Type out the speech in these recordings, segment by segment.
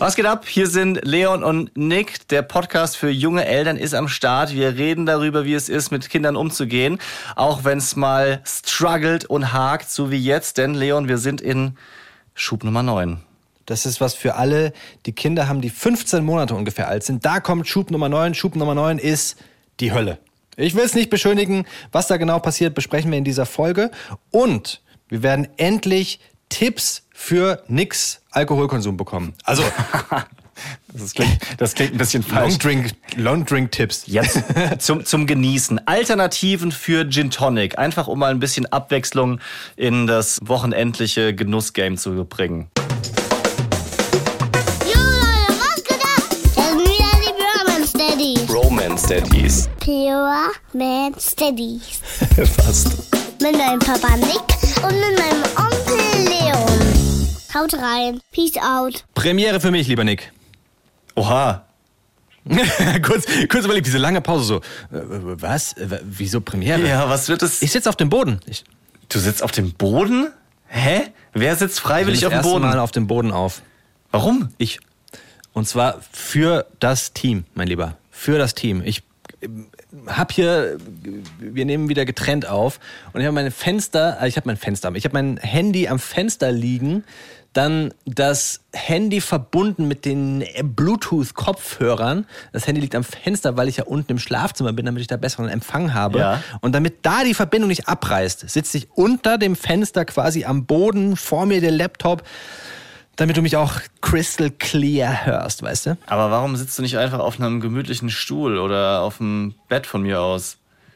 Was geht ab? Hier sind Leon und Nick. Der Podcast für junge Eltern ist am Start. Wir reden darüber, wie es ist, mit Kindern umzugehen. Auch wenn es mal struggelt und hakt, so wie jetzt. Denn Leon, wir sind in Schub Nummer 9. Das ist was für alle, die Kinder haben, die 15 Monate ungefähr alt sind. Da kommt Schub Nummer 9. Schub Nummer 9 ist die Hölle. Ich will es nicht beschönigen. Was da genau passiert, besprechen wir in dieser Folge. Und wir werden endlich Tipps für nix Alkoholkonsum bekommen. Also, das klingt ein bisschen falsch. Long Drink Tipps. Jetzt zum Genießen. Alternativen für Gin Tonic. Einfach um mal ein bisschen Abwechslung in das wochenendliche Genussgame zu bringen. Romance Daddies. Pure Man Steadies. Fast. Mit meinem Papa Nick und mit meinem Onkel Leon. Haut rein. Peace out. Premiere für mich, lieber Nick. Oha. kurz überlegt, diese lange Pause so. Was? Wieso Premiere? Ja, was wird es? Ich sitze auf dem Boden. Du sitzt auf dem Boden? Hä? Wer sitzt freiwillig auf dem Boden? Ich Mal auf dem Boden auf. Warum? Ich. Und zwar für das Team, mein Lieber. Für das Team. Ich habe hier, wir nehmen wieder getrennt auf und ich habe mein Handy am Fenster liegen, dann das Handy verbunden mit den Bluetooth-Kopfhörern. Das Handy liegt am Fenster, weil ich ja unten im Schlafzimmer bin, damit ich da besseren Empfang habe. Ja. Und damit da die Verbindung nicht abreißt, sitze ich unter dem Fenster quasi am Boden, vor mir der Laptop, damit du mich auch crystal clear hörst, weißt du? Aber warum sitzt du nicht einfach auf einem gemütlichen Stuhl oder auf dem Bett von mir aus?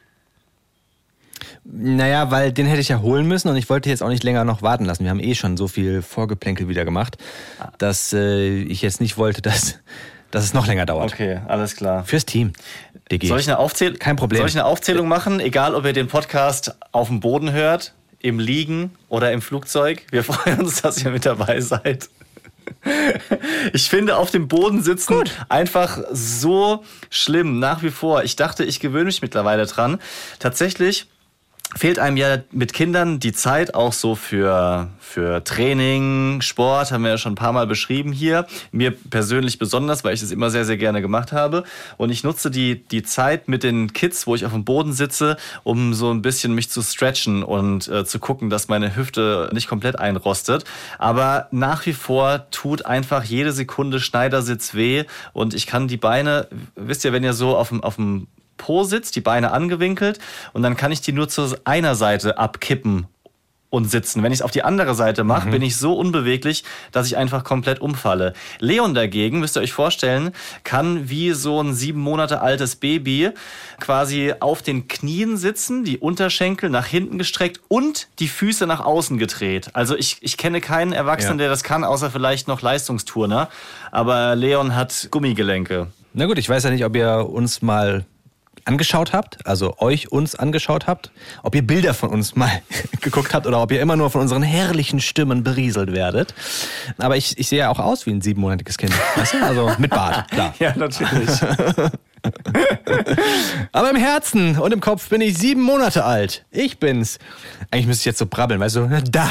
Naja, weil den hätte ich ja holen müssen und ich wollte jetzt auch nicht länger noch warten lassen. Wir haben schon so viel Vorgeplänkel wieder gemacht, dass ich jetzt nicht wollte, dass es noch länger dauert. Okay, alles klar. Fürs Team. DG. Soll ich eine Aufzählung machen, egal ob ihr den Podcast auf dem Boden hört, im Liegen oder im Flugzeug? Wir freuen uns, dass ihr mit dabei seid. Ich finde auf dem Boden sitzen einfach so schlimm, nach wie vor. Ich dachte, ich gewöhne mich mittlerweile dran. Tatsächlich fehlt einem ja mit Kindern die Zeit auch so für Training, Sport, haben wir ja schon ein paar Mal beschrieben hier. Mir persönlich besonders, weil ich das immer sehr, sehr gerne gemacht habe. Und ich nutze die Zeit mit den Kids, wo ich auf dem Boden sitze, um so ein bisschen mich zu stretchen und zu gucken, dass meine Hüfte nicht komplett einrostet. Aber nach wie vor tut einfach jede Sekunde Schneidersitz weh und ich kann die Beine, wisst ihr, wenn ihr so auf dem Po sitzt, die Beine angewinkelt und dann kann ich die nur zu einer Seite abkippen und sitzen. Wenn ich es auf die andere Seite mache, bin ich so unbeweglich, dass ich einfach komplett umfalle. Leon dagegen, müsst ihr euch vorstellen, kann wie so ein 7 Monate altes Baby quasi auf den Knien sitzen, die Unterschenkel nach hinten gestreckt und die Füße nach außen gedreht. Also ich kenne keinen Erwachsenen, der das kann, außer vielleicht noch Leistungsturner. Aber Leon hat Gummigelenke. Na gut, ich weiß ja nicht, ob ihr uns mal angeschaut habt, also uns angeschaut habt, ob ihr Bilder von uns mal geguckt habt oder ob ihr immer nur von unseren herrlichen Stimmen berieselt werdet. Aber ich sehe ja auch aus wie ein 7-monatiges Kind, weißt du? Also mit Bart, klar. Ja, natürlich. Aber im Herzen und im Kopf bin ich 7 Monate alt. Ich bin's. Eigentlich müsste ich jetzt so brabbeln, weißt du? Da.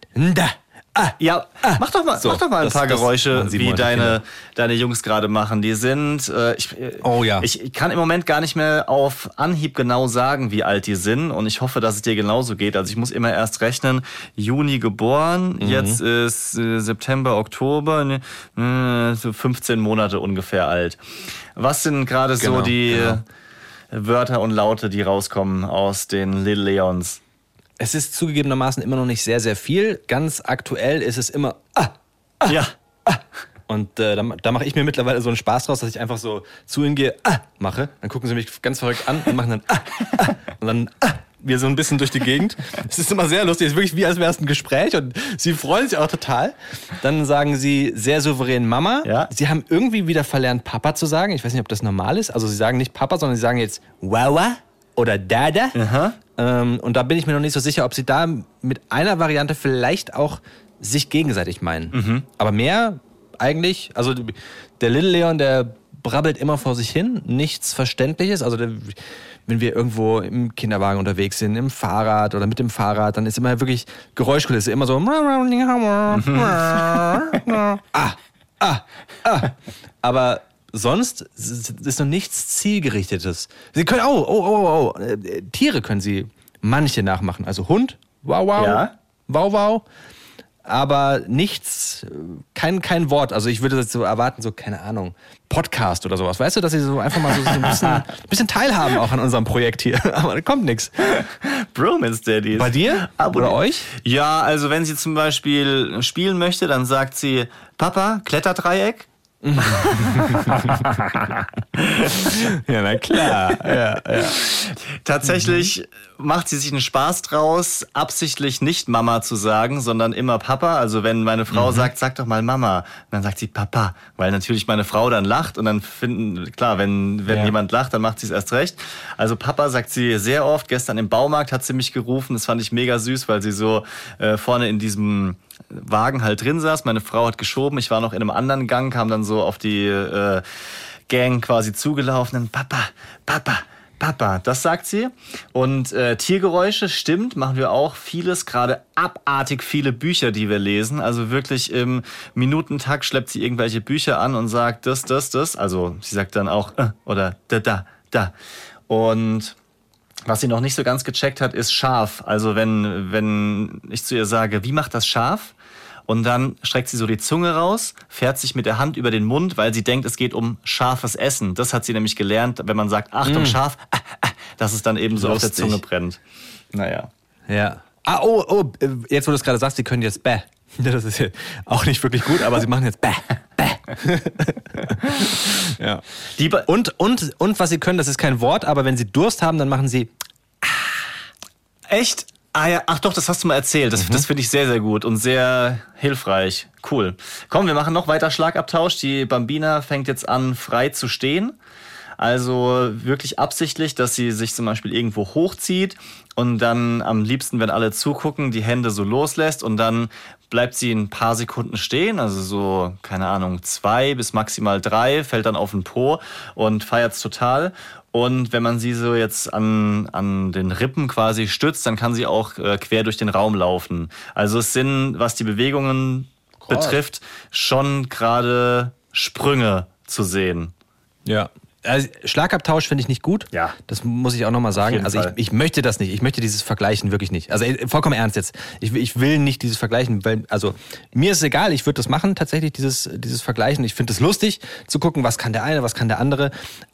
Mach doch mal ein paar Geräusche, wie deine Jungs gerade machen. Die sind, ich kann im Moment gar nicht mehr auf Anhieb genau sagen, wie alt die sind. Und ich hoffe, dass es dir genauso geht. Also ich muss immer erst rechnen, Juni geboren, jetzt ist September, Oktober, so 15 Monate ungefähr alt. Was sind gerade so die Wörter und Laute, die rauskommen aus den Little Leons? Es ist zugegebenermaßen immer noch nicht sehr, sehr viel. Ganz aktuell ist es immer Und da mache ich mir mittlerweile so einen Spaß draus, dass ich einfach so zu ihnen gehe, mache. Dann gucken sie mich ganz verrückt an und machen dann und dann wir so ein bisschen durch die Gegend. Es ist immer sehr lustig. Es ist wirklich wie, als wäre es ein Gespräch und sie freuen sich auch total. Dann sagen sie sehr souverän Mama. Ja. Sie haben irgendwie wieder verlernt, Papa zu sagen. Ich weiß nicht, ob das normal ist. Also sie sagen nicht Papa, sondern sie sagen jetzt Wawa oder Dada. Aha. Und da bin ich mir noch nicht so sicher, ob sie da mit einer Variante vielleicht auch sich gegenseitig meinen. Mhm. Aber mehr eigentlich, also der Little Leon, der brabbelt immer vor sich hin, nichts Verständliches. Also wenn wir irgendwo im Kinderwagen unterwegs sind, im Fahrrad oder mit dem Fahrrad, dann ist immer wirklich Geräuschkulisse, immer so Aber sonst ist noch nichts Zielgerichtetes. Sie können, Tiere können sie manche nachmachen. Also Hund, wow, wow, Ja. wow, wow. Aber nichts, kein Wort. Also ich würde jetzt so erwarten, so, keine Ahnung, Podcast oder sowas. Weißt du, dass sie so einfach mal so ein bisschen teilhaben auch an unserem Projekt hier. Aber da kommt nichts. Bromance Daddies. Bei dir? Oder euch? Ja, also wenn sie zum Beispiel spielen möchte, dann sagt sie, Papa, Kletterdreieck. Ja, na klar. Ja. Tatsächlich macht sie sich einen Spaß draus, absichtlich nicht Mama zu sagen, sondern immer Papa. Also wenn meine Frau sagt, sag doch mal Mama, dann sagt sie Papa, weil natürlich meine Frau dann lacht und dann wenn jemand lacht, dann macht sie es erst recht. Also Papa sagt sie sehr oft. Gestern im Baumarkt hat sie mich gerufen, das fand ich mega süß, weil sie so vorne in diesem Wagen halt drin saß. Meine Frau hat geschoben, ich war noch in einem anderen Gang, kam dann so auf die Gang quasi zugelaufen. Dann Papa, das sagt sie. Und Tiergeräusche, stimmt, machen wir auch vieles, gerade abartig viele Bücher, die wir lesen. Also wirklich im Minutentakt schleppt sie irgendwelche Bücher an und sagt das. Also sie sagt dann auch oder da. Und was sie noch nicht so ganz gecheckt hat, ist Schaf. Also wenn ich zu ihr sage, wie macht das Schaf? Und dann streckt sie so die Zunge raus, fährt sich mit der Hand über den Mund, weil sie denkt, es geht um scharfes Essen. Das hat sie nämlich gelernt, wenn man sagt, Achtung, Schaf, dass es dann eben so auf der Zunge brennt. Naja. Ja. Jetzt wo du es gerade sagst, sie können jetzt bäh. Das ist ja auch nicht wirklich gut, aber sie machen jetzt bäh. Ja. Und was sie können, das ist kein Wort, aber wenn sie Durst haben, dann machen sie Echt? Ah ja, ach doch, das hast du mal erzählt. Das finde ich sehr, sehr gut und sehr hilfreich. Cool. Komm, wir machen noch weiter Schlagabtausch. Die Bambina fängt jetzt an, frei zu stehen. Also wirklich absichtlich, dass sie sich zum Beispiel irgendwo hochzieht und dann am liebsten, wenn alle zugucken, die Hände so loslässt und dann bleibt sie ein paar Sekunden stehen, also so, keine Ahnung, 2 bis maximal 3, fällt dann auf den Po und feiert's total. Und wenn man sie so jetzt an den Rippen quasi stützt, dann kann sie auch quer durch den Raum laufen. Also es sind, was die Bewegungen betrifft, schon gerade Sprünge zu sehen. Ja. Also Schlagabtausch finde ich nicht gut. Ja. Das muss ich auch nochmal sagen. Also ich möchte das nicht. Ich möchte dieses Vergleichen wirklich nicht. Also vollkommen ernst jetzt. Ich will nicht dieses Vergleichen, weil, also mir ist es egal, ich würde das machen, tatsächlich, dieses Vergleichen. Ich finde es lustig zu gucken, was kann der eine, was kann der andere.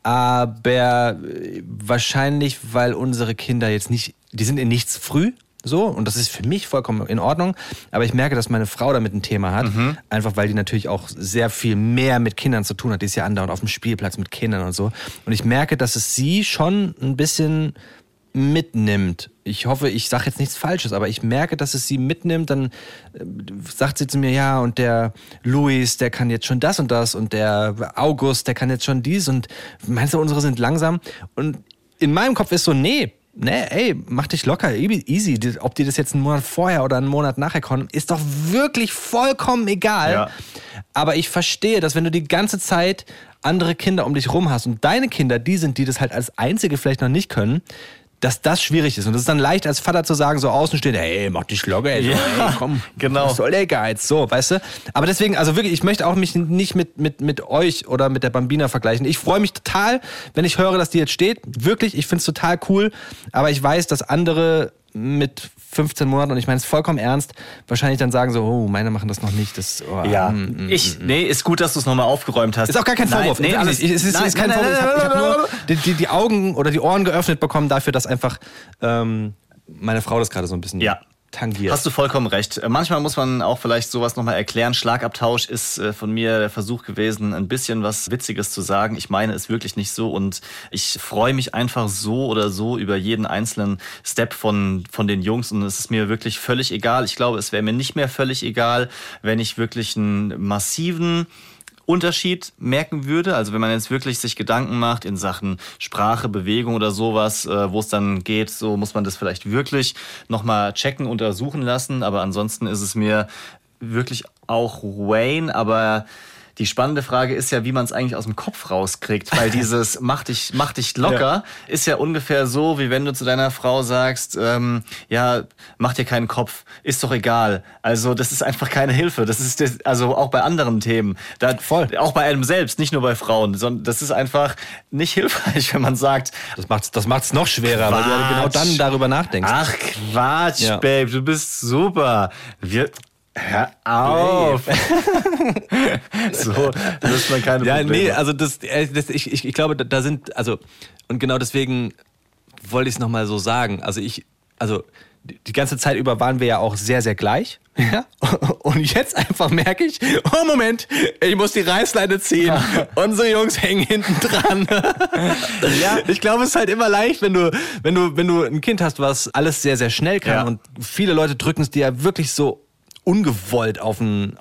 Aber wahrscheinlich, weil unsere Kinder jetzt nicht, die sind in nichts früh. So, und das ist für mich vollkommen in Ordnung. Aber ich merke, dass meine Frau damit ein Thema hat. Einfach, weil die natürlich auch sehr viel mehr mit Kindern zu tun hat. Die ist ja andauernd auf dem Spielplatz mit Kindern und so. Und ich merke, dass es sie schon ein bisschen mitnimmt. Ich hoffe, ich sage jetzt nichts Falsches, aber ich merke, dass es sie mitnimmt. Dann sagt sie zu mir, ja, und der Luis, der kann jetzt schon das und das. Und der August, der kann jetzt schon dies. Und meinst du, unsere sind langsam? Und in meinem Kopf ist so, nee, ey, mach dich locker, easy. Ob die das jetzt einen Monat vorher oder einen Monat nachher kommen, ist doch wirklich vollkommen egal. Ja. Aber ich verstehe, dass wenn du die ganze Zeit andere Kinder um dich rum hast und deine Kinder die sind, die das halt als einzige vielleicht noch nicht können, dass das schwierig ist. Und das ist dann leicht als Vater zu sagen, so außen stehen, hey, mach dich locker, ey, ey, komm, genau. Was soll der Geiz? So, weißt du? Aber deswegen, also wirklich, ich möchte auch mich nicht mit euch oder mit der Bambina vergleichen. Ich freue mich total, wenn ich höre, dass die jetzt steht. Wirklich, ich finde es total cool. Aber ich weiß, dass andere mit 15 Monaten, und ich meine es vollkommen ernst, wahrscheinlich dann sagen so, oh, meine machen das noch nicht. Das, ist gut, dass du es nochmal aufgeräumt hast. Ist auch gar kein Vorwurf. Es ist kein Vorwurf. Ich habe nur die Augen oder die Ohren geöffnet bekommen dafür, dass einfach meine Frau das gerade so ein bisschen tangiert. Hast du vollkommen recht. Manchmal muss man auch vielleicht sowas nochmal erklären. Schlagabtausch ist von mir der Versuch gewesen, ein bisschen was Witziges zu sagen. Ich meine es wirklich nicht so und ich freue mich einfach so oder so über jeden einzelnen Step von den Jungs und es ist mir wirklich völlig egal. Ich glaube, es wäre mir nicht mehr völlig egal, wenn ich wirklich einen massiven Unterschied merken würde, also wenn man jetzt wirklich sich Gedanken macht in Sachen Sprache, Bewegung oder sowas, wo es dann geht, so muss man das vielleicht wirklich nochmal checken, untersuchen lassen, aber ansonsten ist es mir wirklich auch Wayne, aber Die spannende Frage ist ja, wie man es eigentlich aus dem Kopf rauskriegt, weil dieses mach dich locker ist ja ungefähr so, wie wenn du zu deiner Frau sagst, ja, mach dir keinen Kopf, ist doch egal. Also das ist einfach keine Hilfe. Das ist also auch bei anderen Themen. Voll. Auch bei einem selbst, nicht nur bei Frauen, sondern das ist einfach nicht hilfreich, wenn man sagt, Das macht's noch schwerer, weil du ja genau dann darüber nachdenkst. ach Quatsch, Babe, du bist super. Hör auf. So löst man keine Probleme. Ja, nee, also ich glaube, da sind, also, und genau deswegen wollte ich es nochmal so sagen. Also die ganze Zeit über waren wir ja auch sehr, sehr gleich. Ja? Und jetzt einfach merke ich, oh Moment, ich muss die Reißleine ziehen. Unsere Jungs hängen hinten dran. Ja, ich glaube, es ist halt immer leicht, wenn du ein Kind hast, was alles sehr, sehr schnell kann. Ja. Und viele Leute drücken es dir ja wirklich so ungewollt auf den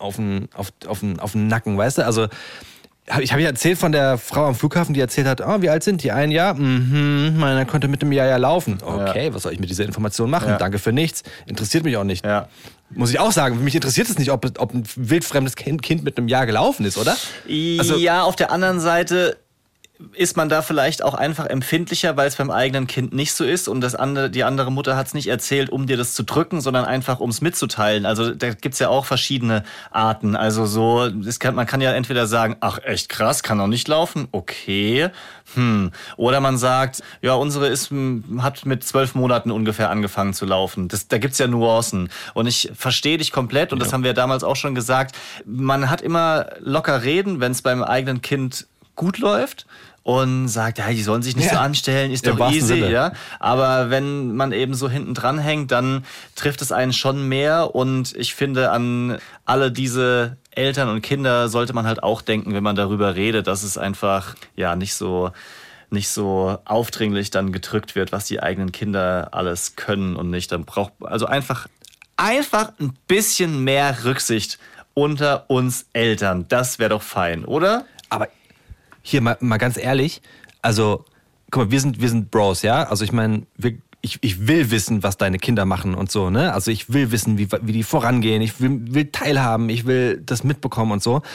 Nacken, weißt du? Also ich habe ja erzählt von der Frau am Flughafen, die erzählt hat, wie alt sind die? 1 Jahr? Meiner konnte mit dem Jahr ja laufen. Okay, was soll ich mit dieser Information machen? Ja. Danke für nichts. Interessiert mich auch nicht. Ja. Muss ich auch sagen, mich interessiert es nicht, ob ein wildfremdes Kind mit einem Jahr gelaufen ist, oder? Also, ja, auf der anderen Seite ist man da vielleicht auch einfach empfindlicher, weil es beim eigenen Kind nicht so ist und die andere Mutter hat es nicht erzählt, um dir das zu drücken, sondern einfach, um es mitzuteilen. Also da gibt's ja auch verschiedene Arten. Also so, man kann ja entweder sagen, ach echt krass, kann doch nicht laufen, okay. Oder man sagt, ja, unsere hat mit 12 Monaten ungefähr angefangen zu laufen. Da gibt's ja Nuancen. Und ich verstehe dich komplett und das haben wir damals auch schon gesagt. Man hat immer locker reden, wenn es beim eigenen Kind gut läuft und sagt, ja, die sollen sich nicht so anstellen, ist doch easy, ja. Aber wenn man eben so hinten dran hängt, dann trifft es einen schon mehr und ich finde, an alle diese Eltern und Kinder sollte man halt auch denken, wenn man darüber redet, dass es einfach, ja, nicht so aufdringlich dann gedrückt wird, was die eigenen Kinder alles können und nicht. Dann braucht also einfach ein bisschen mehr Rücksicht unter uns Eltern. Das wäre doch fein, oder? Aber hier mal ganz ehrlich, also guck mal, wir sind Bros, ja? Also ich meine, ich will wissen, was deine Kinder machen und so, ne? Also ich will wissen, wie die vorangehen, ich will teilhaben, ich will das mitbekommen und so.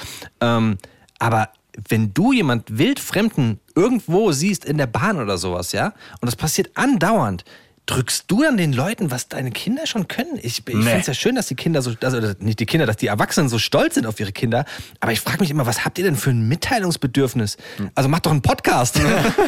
Aber wenn du jemand Wildfremden irgendwo siehst in der Bahn oder sowas, ja? Und das passiert andauernd, drückst du dann den Leuten, was deine Kinder schon können? Ich finde es ja schön, dass die Kinder nicht die Kinder, dass die Erwachsenen so stolz sind auf ihre Kinder. Aber ich frage mich immer, was habt ihr denn für ein Mitteilungsbedürfnis? Also macht doch einen Podcast.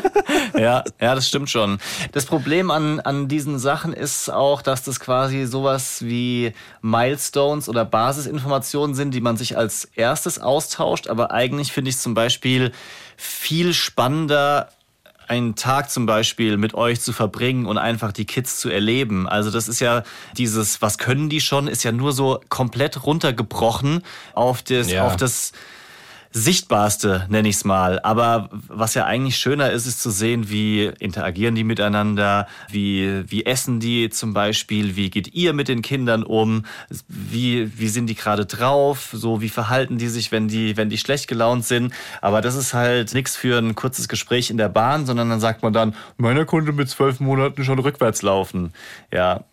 Ja, das stimmt schon. Das Problem an diesen Sachen ist auch, dass das quasi sowas wie Milestones oder Basisinformationen sind, die man sich als erstes austauscht. Aber eigentlich finde ich es zum Beispiel viel spannender, einen Tag zum Beispiel mit euch zu verbringen und einfach die Kids zu erleben. Also das ist ja dieses, was können die schon, ist ja nur so komplett runtergebrochen auf das Sichtbarste, nenne ich es mal. Aber was ja eigentlich schöner ist zu sehen, wie interagieren die miteinander, wie essen die zum Beispiel, wie geht ihr mit den Kindern um, wie sind die gerade drauf, so wie verhalten die sich, wenn die schlecht gelaunt sind. Aber das ist halt nichts für ein kurzes Gespräch in der Bahn, sondern dann sagt man dann, meiner konnte mit 12 Monaten schon rückwärts laufen. Ja.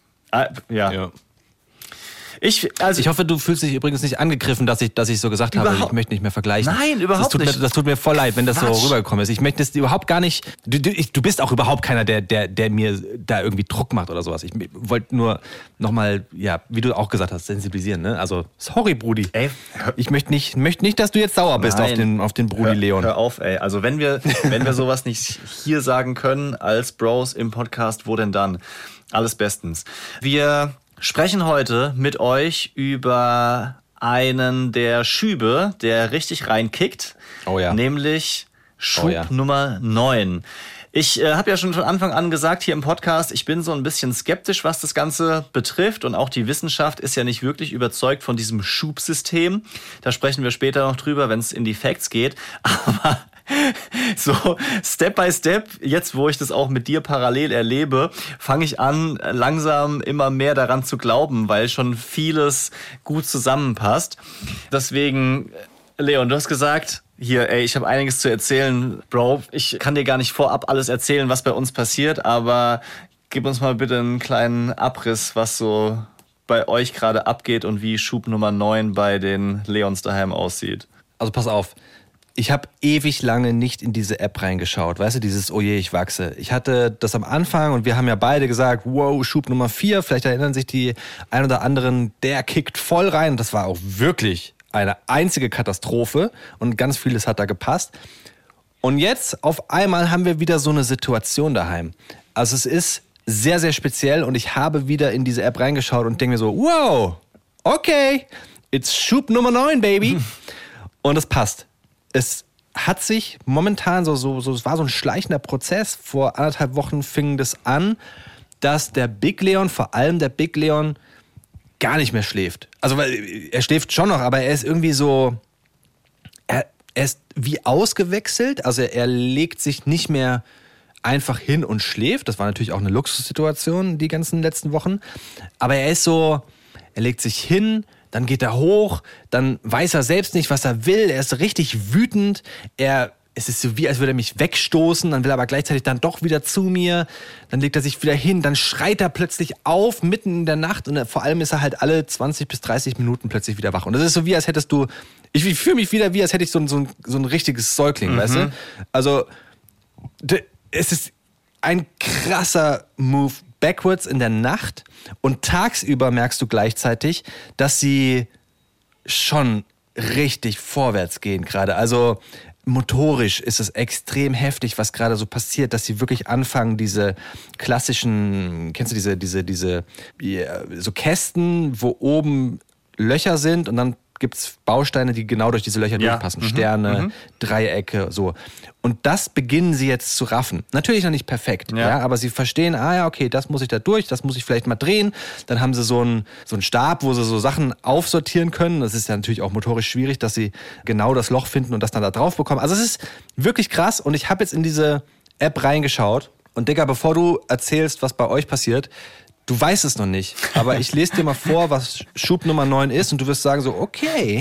Ich hoffe, du fühlst dich übrigens nicht angegriffen, dass ich so gesagt habe, ich möchte nicht mehr vergleichen. Nein, überhaupt nicht. Das tut mir voll leid, wenn das so rübergekommen ist. Ich möchte das überhaupt gar nicht. Du bist auch überhaupt keiner, der mir da irgendwie Druck macht oder sowas. Ich wollte nur nochmal, ja, wie du auch gesagt hast, sensibilisieren. Ne? Also, sorry, Brudi. Ey, ich möchte nicht, dass du jetzt sauer bist auf den Brudi Leon. Hör auf, ey. Also, wenn wir sowas nicht hier sagen können als Bros im Podcast, wo denn dann? Alles bestens. Wir sprechen heute mit euch über einen der Schübe, der richtig reinkickt, nämlich Schub Nummer 9. Ich habe ja schon von Anfang an gesagt hier im Podcast, ich bin so ein bisschen skeptisch, was das Ganze betrifft und auch die Wissenschaft ist ja nicht wirklich überzeugt von diesem Schubsystem. Da sprechen wir später noch drüber, wenn es in die Facts geht, aber so Step by Step, jetzt wo ich das auch mit dir parallel erlebe, fange ich an, langsam immer mehr daran zu glauben, weil schon vieles gut zusammenpasst. Deswegen, Leon, du hast gesagt, hier, ich habe einiges zu erzählen, Bro. Ich kann dir gar nicht vorab alles erzählen, was bei uns passiert, aber gib uns mal bitte einen kleinen Abriss, was so bei euch gerade abgeht und wie Schub Nummer 9 bei den Leons daheim aussieht. Also pass auf. Ich habe ewig lange nicht in diese App reingeschaut. Weißt du, dieses oh je, ich wachse. Ich hatte das am Anfang und wir haben ja beide gesagt, wow, Schub Nummer 4. Vielleicht erinnern sich die ein oder anderen, der kickt voll rein. Und das war auch wirklich eine einzige Katastrophe. Und ganz vieles hat da gepasst. Und jetzt auf einmal haben wir wieder so eine Situation daheim. Also es ist sehr, sehr speziell. Und ich habe wieder in diese App reingeschaut und denke mir so, wow, okay, it's Schub Nummer 9, baby. Und es passt. Es hat sich momentan es war so ein schleichender Prozess. Vor 1,5 Wochen fing das an, dass der Big Leon, vor allem der Big Leon, gar nicht mehr schläft. Also, weil er schläft schon noch, aber er ist irgendwie so, er ist wie ausgewechselt. Also er legt sich nicht mehr einfach hin und schläft. Das war natürlich auch eine Luxussituation die ganzen letzten Wochen. Aber er ist so, er legt sich hin, dann geht er hoch, dann weiß er selbst nicht, was er will. Er ist richtig wütend. Es ist so wie, als würde er mich wegstoßen. Dann will er aber gleichzeitig dann doch wieder zu mir. Dann legt er sich wieder hin. Dann schreit er plötzlich auf, mitten in der Nacht. Und vor allem ist er halt alle 20 bis 30 Minuten plötzlich wieder wach. Und das ist so wie, als hättest du... Ich fühle mich wieder wie, als hätte ich so ein richtiges Säugling, weißt du? Also, es ist ein krasser Move backwards in der Nacht und tagsüber merkst du gleichzeitig, dass sie schon richtig vorwärts gehen gerade. Also motorisch ist es extrem heftig, was gerade so passiert, dass sie wirklich anfangen, diese klassischen, kennst du diese so Kästen, wo oben Löcher sind und dann gibt's Bausteine, die genau durch diese Löcher durchpassen. Sterne, Dreiecke, so. Und das beginnen sie jetzt zu raffen. Natürlich noch nicht perfekt, ja, aber sie verstehen, okay, das muss ich da durch, das muss ich vielleicht mal drehen. Dann haben sie so einen Stab, wo sie so Sachen aufsortieren können. Das ist ja natürlich auch motorisch schwierig, dass sie genau das Loch finden und das dann da drauf bekommen. Also es ist wirklich krass und ich habe jetzt in diese App reingeschaut. Und Digga, bevor du erzählst, was bei euch passiert, du weißt es noch nicht, aber ich lese dir mal vor, was Schub Nummer 9 ist und du wirst sagen so, okay,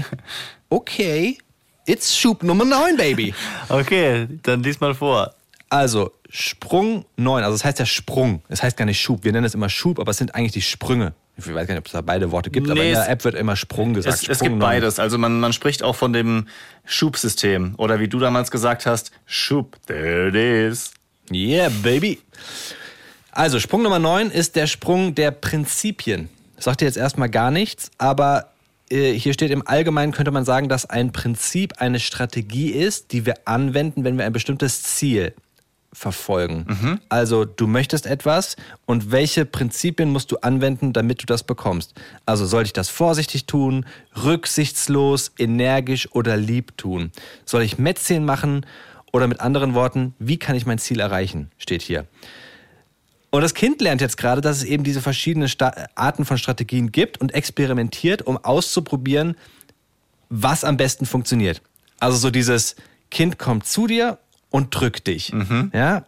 it's Schub Nummer 9, baby. Okay, dann lies mal vor. Also, Sprung 9, also es heißt ja Sprung, es heißt gar nicht Schub, wir nennen es immer Schub, aber es sind eigentlich die Sprünge. Ich weiß gar nicht, ob es da beide Worte gibt, aber in der App wird immer Sprung gesagt. Es gibt beides, also man spricht auch von dem Schubsystem oder wie du damals gesagt hast, Schub, there it is. Yeah, baby. Also, Sprung Nummer 9 ist der Sprung der Prinzipien. Das sagt dir jetzt erstmal gar nichts, aber hier steht im Allgemeinen, könnte man sagen, dass ein Prinzip eine Strategie ist, die wir anwenden, wenn wir ein bestimmtes Ziel verfolgen. Also, du möchtest etwas und welche Prinzipien musst du anwenden, damit du das bekommst? Also, soll ich das vorsichtig tun, rücksichtslos, energisch oder lieb tun? Soll ich Mätzchen machen oder mit anderen Worten, wie kann ich mein Ziel erreichen? Steht hier. Und das Kind lernt jetzt gerade, dass es eben diese verschiedenen Arten von Strategien gibt und experimentiert, um auszuprobieren, was am besten funktioniert. Also so dieses Kind kommt zu dir und drückt dich. Ja?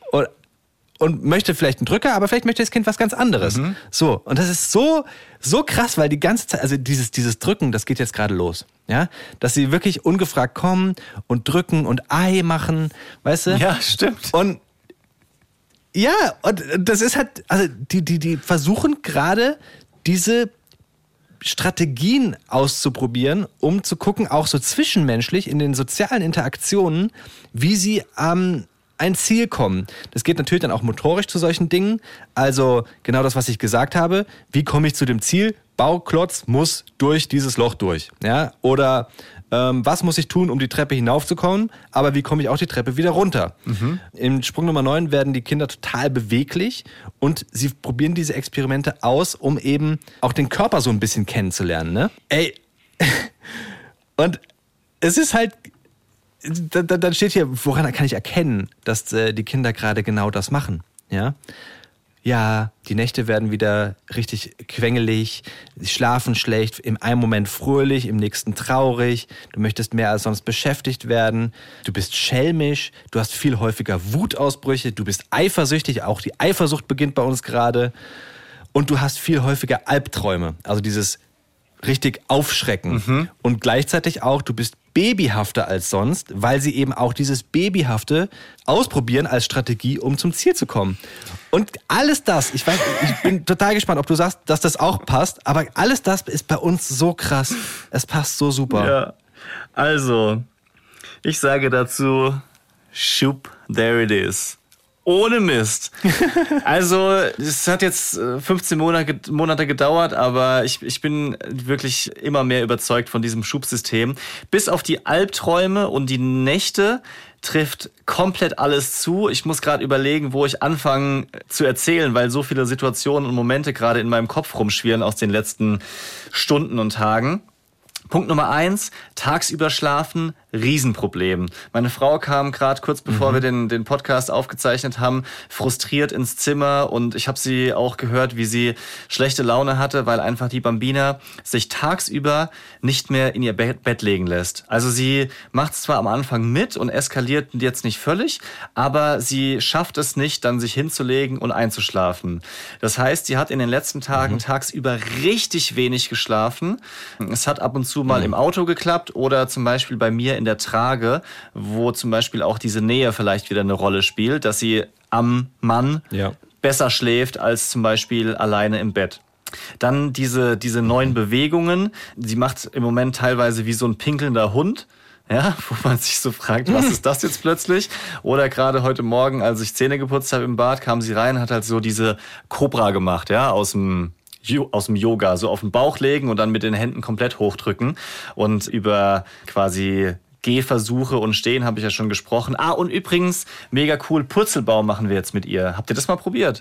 Und möchte vielleicht einen Drücker, aber vielleicht möchte das Kind was ganz anderes. So, und das ist so krass, weil die ganze Zeit, also dieses Drücken, das geht jetzt gerade los. Ja? Dass sie wirklich ungefragt kommen und drücken und Ei machen, weißt du? Ja, stimmt. Und ja, und das ist halt, also die versuchen gerade diese Strategien auszuprobieren, um zu gucken, auch so zwischenmenschlich in den sozialen Interaktionen, wie sie an ein Ziel kommen. Das geht natürlich dann auch motorisch zu solchen Dingen. Also genau das, was ich gesagt habe. Wie komme ich zu dem Ziel? Bauklotz muss durch dieses Loch durch. Ja? Oder was muss ich tun, um die Treppe hinaufzukommen? Aber wie komme ich auch die Treppe wieder runter? Im Sprung Nummer 9 werden die Kinder total beweglich und sie probieren diese Experimente aus, um eben auch den Körper so ein bisschen kennenzulernen. Ne? Ey, und es ist halt, dann steht hier, woran kann ich erkennen, dass die Kinder gerade genau das machen? Ja, die Nächte werden wieder richtig quengelig, sie schlafen schlecht, im einen Moment fröhlich, im nächsten traurig, du möchtest mehr als sonst beschäftigt werden, du bist schelmisch, du hast viel häufiger Wutausbrüche, du bist eifersüchtig, auch die Eifersucht beginnt bei uns gerade und du hast viel häufiger Albträume, also dieses richtig Aufschrecken und gleichzeitig auch, du bist babyhafter als sonst, weil sie eben auch dieses Babyhafte ausprobieren als Strategie, um zum Ziel zu kommen. Und alles das, ich bin total gespannt, ob du sagst, dass das auch passt, aber alles das ist bei uns so krass. Es passt so super. Ja. Also, ich sage dazu, Schub, there it is. Ohne Mist. Also, es hat jetzt 15 Monate gedauert, aber ich bin wirklich immer mehr überzeugt von diesem Schubsystem. Bis auf die Albträume und die Nächte trifft komplett alles zu. Ich muss gerade überlegen, wo ich anfange zu erzählen, weil so viele Situationen und Momente gerade in meinem Kopf rumschwirren aus den letzten Stunden und Tagen. Punkt Nummer 1, tagsüber schlafen, Riesenproblem. Meine Frau kam gerade kurz bevor wir den Podcast aufgezeichnet haben, frustriert ins Zimmer und ich habe sie auch gehört, wie sie schlechte Laune hatte, weil einfach die Bambina sich tagsüber nicht mehr in ihr Bett legen lässt. Also sie macht es zwar am Anfang mit und eskaliert jetzt nicht völlig, aber sie schafft es nicht, dann sich hinzulegen und einzuschlafen. Das heißt, sie hat in den letzten Tagen tagsüber richtig wenig geschlafen. Es hat ab und zu mal im Auto geklappt oder zum Beispiel bei mir in der Trage, wo zum Beispiel auch diese Nähe vielleicht wieder eine Rolle spielt, dass sie am Mann besser schläft als zum Beispiel alleine im Bett. Dann diese neuen Bewegungen. Sie macht im Moment teilweise wie so ein pinkelnder Hund. Ja, wo man sich so fragt, was ist das jetzt plötzlich? Oder gerade heute Morgen, als ich Zähne geputzt habe im Bad, kam sie rein, hat halt so diese Cobra gemacht, ja, aus dem Yoga, so auf den Bauch legen und dann mit den Händen komplett hochdrücken und über quasi Gehversuche und Stehen habe ich ja schon gesprochen. Und übrigens, mega cool, Purzelbaum machen wir jetzt mit ihr. Habt ihr das mal probiert?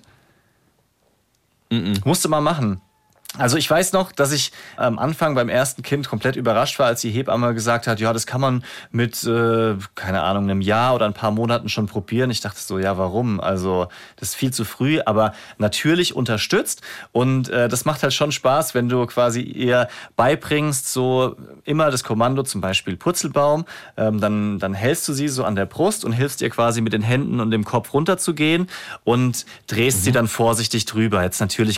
Musste mal machen. Also ich weiß noch, dass ich am Anfang beim ersten Kind komplett überrascht war, als die Hebamme gesagt hat, ja, das kann man mit, keine Ahnung, einem Jahr oder ein paar Monaten schon probieren. Ich dachte so, ja, warum? Also das ist viel zu früh, aber natürlich unterstützt. Und das macht halt schon Spaß, wenn du quasi ihr beibringst, so immer das Kommando, zum Beispiel Purzelbaum, dann hältst du sie so an der Brust und hilfst ihr quasi mit den Händen und dem Kopf runterzugehen und drehst sie dann vorsichtig drüber. Jetzt natürlich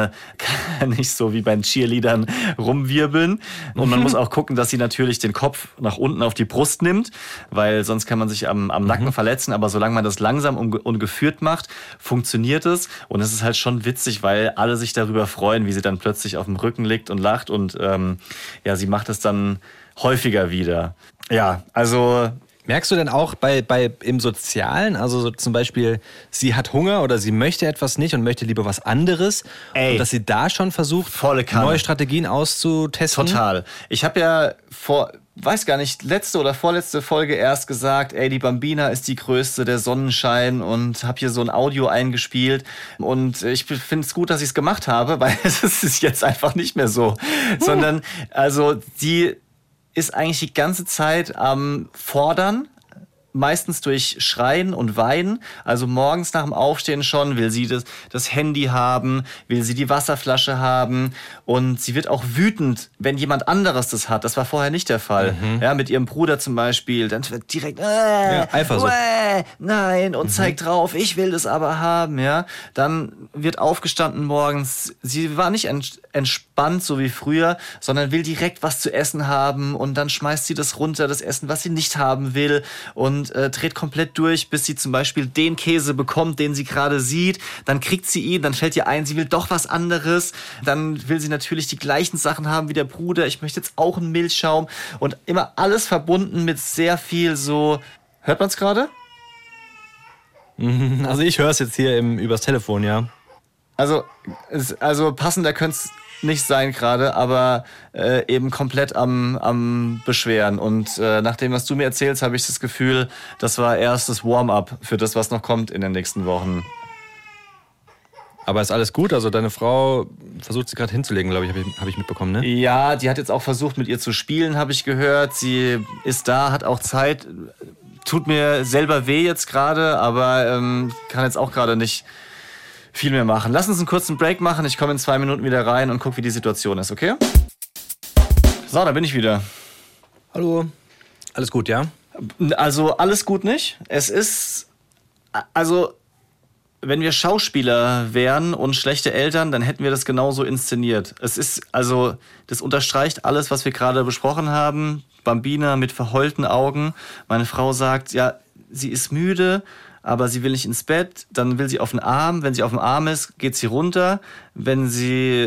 nicht so wie bei den Cheerleadern rumwirbeln. Und man muss auch gucken, dass sie natürlich den Kopf nach unten auf die Brust nimmt, weil sonst kann man sich am Nacken verletzen. Aber solange man das langsam und geführt macht, funktioniert es. Und es ist halt schon witzig, weil alle sich darüber freuen, wie sie dann plötzlich auf dem Rücken liegt und lacht. Und sie macht es dann häufiger wieder. Ja, also... Merkst du denn auch im Sozialen, also so zum Beispiel, sie hat Hunger oder sie möchte etwas nicht und möchte lieber was anderes, und dass sie da schon versucht, neue Strategien auszutesten? Total. Ich habe ja weiß gar nicht, letzte oder vorletzte Folge erst gesagt, die Bambina ist die Größte, der Sonnenschein, und habe hier so ein Audio eingespielt. Und ich finde es gut, dass ich es gemacht habe, weil es ist jetzt einfach nicht mehr so. Sondern, also, die ist eigentlich die ganze Zeit am Fordern, meistens durch Schreien und Weinen. Also morgens nach dem Aufstehen schon will sie das Handy haben, will sie die Wasserflasche haben, und sie wird auch wütend, wenn jemand anderes das hat. Das war vorher nicht der Fall. Ja, mit ihrem Bruder zum Beispiel. Dann wird direkt Eifersucht. Nein, und zeigt drauf, ich will das aber haben. Ja, dann wird aufgestanden morgens. Sie war nicht entspannt, so wie früher, sondern will direkt was zu essen haben, und dann schmeißt sie das runter, das Essen, was sie nicht haben will, und dreht komplett durch, bis sie zum Beispiel den Käse bekommt, den sie gerade sieht. Dann kriegt sie ihn, dann fällt ihr ein, sie will doch was anderes. Dann will sie natürlich die gleichen Sachen haben wie der Bruder. Ich möchte jetzt auch einen Milchschaum. Und immer alles verbunden mit sehr viel so... Hört man es gerade? Also ich höre es jetzt hier übers Telefon, ja. Also passender könnte es nicht sein gerade, aber eben komplett am Beschweren. Und nach dem, was du mir erzählst, habe ich das Gefühl, das war erst das Warm-up für das, was noch kommt in den nächsten Wochen. Aber ist alles gut? Also deine Frau versucht sie gerade hinzulegen, glaube ich, habe ich mitbekommen, ne? Ja, die hat jetzt auch versucht, mit ihr zu spielen, habe ich gehört. Sie ist da, hat auch Zeit. Tut mir selber weh jetzt gerade, aber kann jetzt auch gerade nicht viel mehr machen. Lass uns einen kurzen Break machen. Ich komme in 2 Minuten wieder rein und gucke, wie die Situation ist, okay? So, da bin ich wieder. Hallo. Alles gut, ja? Also, alles gut nicht. Es ist... Also, wenn wir Schauspieler wären und schlechte Eltern, dann hätten wir das genauso inszeniert. Es ist... Also, das unterstreicht alles, was wir gerade besprochen haben. Bambina mit verheulten Augen. Meine Frau sagt, ja, sie ist müde, aber sie will nicht ins Bett. Dann will sie auf den Arm. Wenn sie auf dem Arm ist, geht sie runter. Wenn sie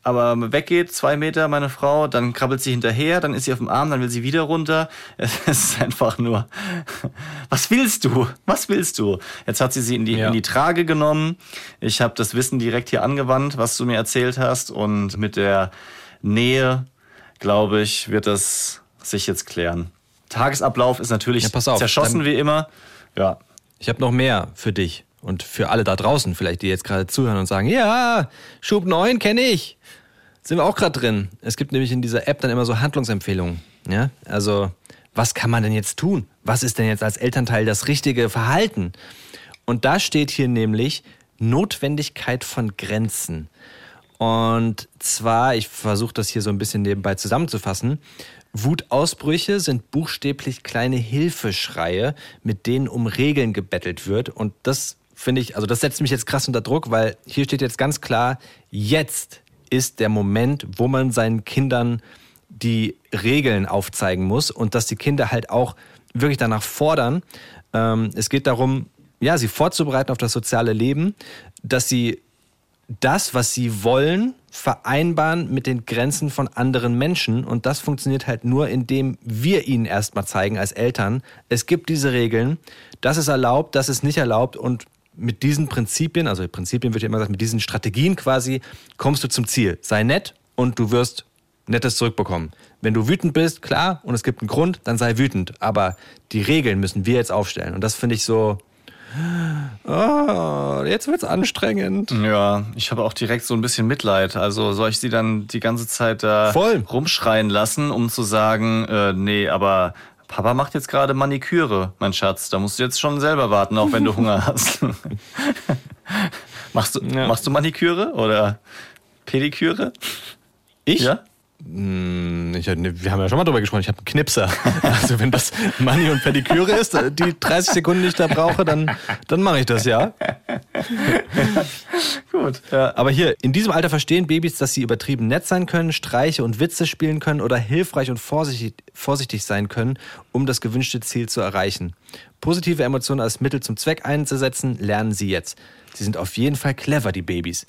aber weggeht, 2 Meter, meine Frau, dann krabbelt sie hinterher, dann ist sie auf dem Arm, dann will sie wieder runter. Es ist einfach nur, was willst du? Was willst du? Jetzt hat sie in die Trage genommen. Ich habe das Wissen direkt hier angewandt, was du mir erzählt hast. Und mit der Nähe, glaube ich, wird das sich jetzt klären. Tagesablauf ist natürlich zerschossen wie immer. Ja. Ich habe noch mehr für dich und für alle da draußen vielleicht, die jetzt gerade zuhören und sagen, ja, Schub 9 kenne ich. Sind wir auch gerade drin. Es gibt nämlich in dieser App dann immer so Handlungsempfehlungen. Ja? Also, was kann man denn jetzt tun? Was ist denn jetzt als Elternteil das richtige Verhalten? Und da steht hier nämlich Notwendigkeit von Grenzen. Und zwar, ich versuche das hier so ein bisschen nebenbei zusammenzufassen, Wutausbrüche sind buchstäblich kleine Hilfeschreie, mit denen um Regeln gebettelt wird. Und das finde ich, also das setzt mich jetzt krass unter Druck, weil hier steht jetzt ganz klar, jetzt ist der Moment, wo man seinen Kindern die Regeln aufzeigen muss und dass die Kinder halt auch wirklich danach fordern. Es geht darum, ja, sie vorzubereiten auf das soziale Leben, dass sie das, was sie wollen, vereinbaren mit den Grenzen von anderen Menschen. Und das funktioniert halt nur, indem wir ihnen erstmal zeigen als Eltern, es gibt diese Regeln, das ist erlaubt, das ist nicht erlaubt. Und mit diesen Prinzipien, also Prinzipien wird ja immer gesagt, mit diesen Strategien quasi, kommst du zum Ziel. Sei nett und du wirst Nettes zurückbekommen. Wenn du wütend bist, klar, und es gibt einen Grund, dann sei wütend. Aber die Regeln müssen wir jetzt aufstellen. Und das finde ich so, jetzt wird's anstrengend. Ja, ich habe auch direkt so ein bisschen Mitleid. Also soll ich sie dann die ganze Zeit da rumschreien lassen, um zu sagen, nee, aber Papa macht jetzt gerade Maniküre, mein Schatz. Da musst du jetzt schon selber warten, auch wenn du Hunger hast. Machst du Maniküre oder Pediküre? Ich? Ja? Wir haben ja schon mal drüber gesprochen, ich habe einen Knipser. Also wenn das Mani und Pediküre ist, die 30 Sekunden, die ich da brauche, dann mache ich das, ja. Gut. Ja. Aber hier, in diesem Alter verstehen Babys, dass sie übertrieben nett sein können, Streiche und Witze spielen können oder hilfreich und vorsichtig sein können, um das gewünschte Ziel zu erreichen. Positive Emotionen als Mittel zum Zweck einzusetzen, lernen sie jetzt. Sie sind auf jeden Fall clever, die Babys.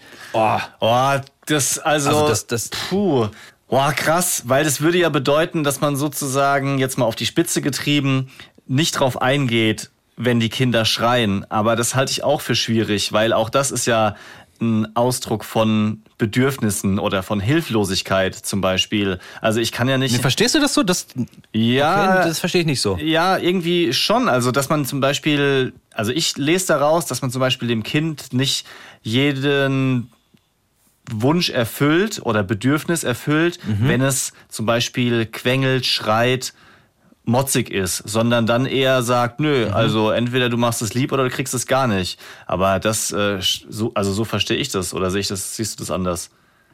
Puh. Boah, krass, weil das würde ja bedeuten, dass man sozusagen jetzt mal auf die Spitze getrieben nicht drauf eingeht, wenn die Kinder schreien. Aber das halte ich auch für schwierig, weil auch das ist ja ein Ausdruck von Bedürfnissen oder von Hilflosigkeit zum Beispiel. Also ich kann ja nicht... Verstehst du das so? Ja. Okay, das verstehe ich nicht so. Ja, irgendwie schon. Also dass man zum Beispiel... Also ich lese daraus, dass man zum Beispiel dem Kind nicht jeden Wunsch erfüllt oder Bedürfnis erfüllt, wenn es zum Beispiel quengelt, schreit, motzig ist, sondern dann eher sagt, nö, also entweder du machst es lieb oder du kriegst es gar nicht. Aber das, so verstehe ich das oder siehst du das anders?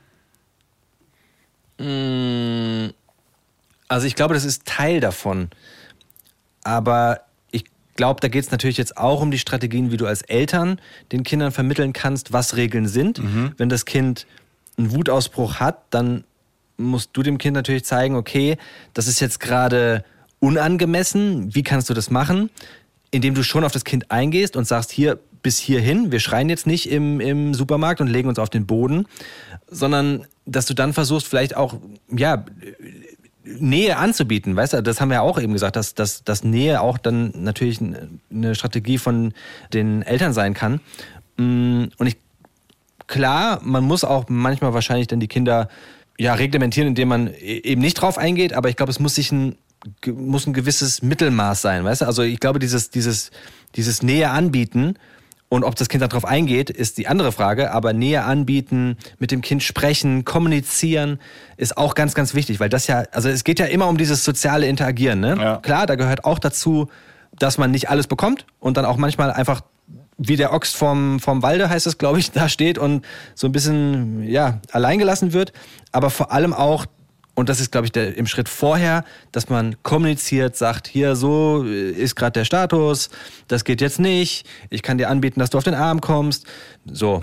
Also ich glaube, das ist Teil davon. Aber ich glaube, da geht es natürlich jetzt auch um die Strategien, wie du als Eltern den Kindern vermitteln kannst, was Regeln sind. Wenn das Kind einen Wutausbruch hat, dann musst du dem Kind natürlich zeigen, okay, das ist jetzt gerade unangemessen, wie kannst du das machen? Indem du schon auf das Kind eingehst und sagst, hier bis hierhin, wir schreien jetzt nicht im Supermarkt und legen uns auf den Boden, sondern dass du dann versuchst, vielleicht auch, ja, Nähe anzubieten, weißt du, das haben wir ja auch eben gesagt, dass Nähe auch dann natürlich eine Strategie von den Eltern sein kann. Und klar, man muss auch manchmal wahrscheinlich dann die Kinder ja reglementieren, indem man eben nicht drauf eingeht, aber ich glaube, es muss ein gewisses Mittelmaß sein, weißt du? Also ich glaube, dieses Nähe anbieten und ob das Kind darauf eingeht, ist die andere Frage, aber Nähe anbieten, mit dem Kind sprechen, kommunizieren, ist auch ganz, ganz wichtig, weil das ja, also es geht ja immer um dieses soziale Interagieren, ne? Ja. Klar, da gehört auch dazu, dass man nicht alles bekommt und dann auch manchmal einfach wie der Ochs vom Walde, heißt es, glaube ich, da steht und so ein bisschen, ja, alleingelassen wird, aber vor allem auch, und das ist, glaube ich, im Schritt vorher, dass man kommuniziert, sagt, hier, so ist gerade der Status, das geht jetzt nicht, ich kann dir anbieten, dass du auf den Arm kommst. So. Ja.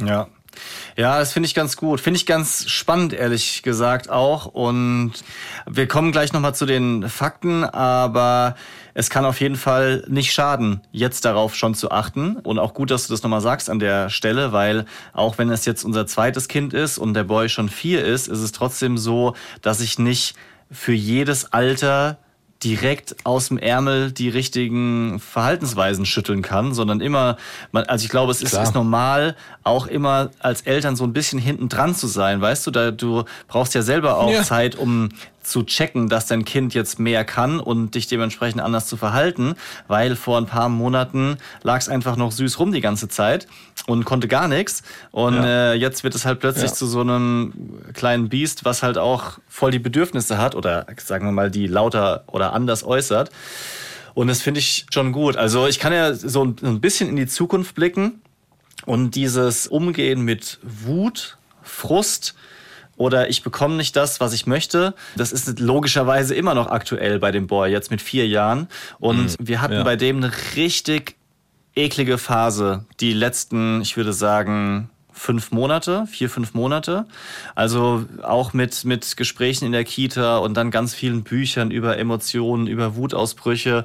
Ja, das finde ich ganz gut. Finde ich ganz spannend, ehrlich gesagt auch. Und wir kommen gleich nochmal zu den Fakten, aber es kann auf jeden Fall nicht schaden, jetzt darauf schon zu achten. Und auch gut, dass du das nochmal sagst an der Stelle, weil auch wenn es jetzt unser zweites Kind ist und der Boy schon 4 ist, ist es trotzdem so, dass ich nicht für jedes Alter direkt aus dem Ärmel die richtigen Verhaltensweisen schütteln kann, sondern immer, also ich glaube, es ist normal, auch immer als Eltern so ein bisschen hinten dran zu sein, weißt du, du brauchst ja selber auch Zeit, um zu checken, dass dein Kind jetzt mehr kann und dich dementsprechend anders zu verhalten, weil vor ein paar Monaten lag es einfach noch süß rum die ganze Zeit und konnte gar nichts und jetzt wird es halt plötzlich zu so einem kleinen Biest, was halt auch voll die Bedürfnisse hat oder sagen wir mal, die lauter oder anders äußert und das finde ich schon gut. Also ich kann ja so ein bisschen in die Zukunft blicken und dieses Umgehen mit Wut, Frust oder ich bekomme nicht das, was ich möchte. Das ist logischerweise immer noch aktuell bei dem Boy, jetzt mit 4 Jahren. Und wir hatten bei dem eine richtig eklige Phase, die letzten, ich würde sagen, 5 Monate, 4-5 Monate. Also auch mit Gesprächen in der Kita und dann ganz vielen Büchern über Emotionen, über Wutausbrüche.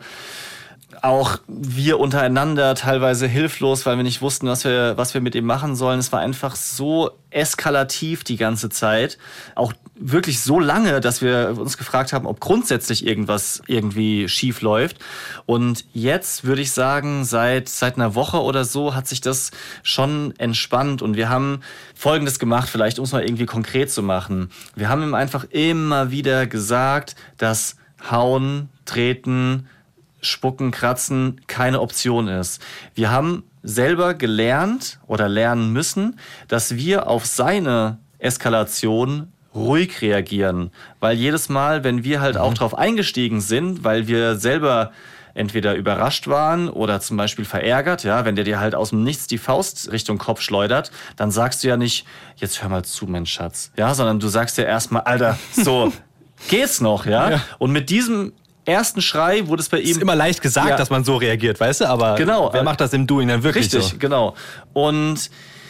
Auch wir untereinander teilweise hilflos, weil wir nicht wussten, was wir mit ihm machen sollen. Es war einfach so eskalativ die ganze Zeit. Auch wirklich so lange, dass wir uns gefragt haben, ob grundsätzlich irgendwas irgendwie schief läuft. Und jetzt würde ich sagen, seit einer Woche oder so hat sich das schon entspannt. Und wir haben Folgendes gemacht, vielleicht um es mal irgendwie konkret zu machen. Wir haben ihm einfach immer wieder gesagt, dass Hauen, Treten, Spucken, Kratzen keine Option ist. Wir haben selber gelernt oder lernen müssen, dass wir auf seine Eskalation ruhig reagieren. Weil jedes Mal, wenn wir halt auch drauf eingestiegen sind, weil wir selber entweder überrascht waren oder zum Beispiel verärgert, ja, wenn der dir halt aus dem Nichts die Faust Richtung Kopf schleudert, dann sagst du ja nicht, jetzt hör mal zu, mein Schatz, ja, sondern du sagst ja erstmal, Alter, so, geht's noch, ja? Und mit diesem ersten Schrei wurde es bei ihm... Ist immer leicht gesagt, dass man so reagiert, weißt du? Aber wer macht das im Doing dann wirklich richtig, so? Genau. Und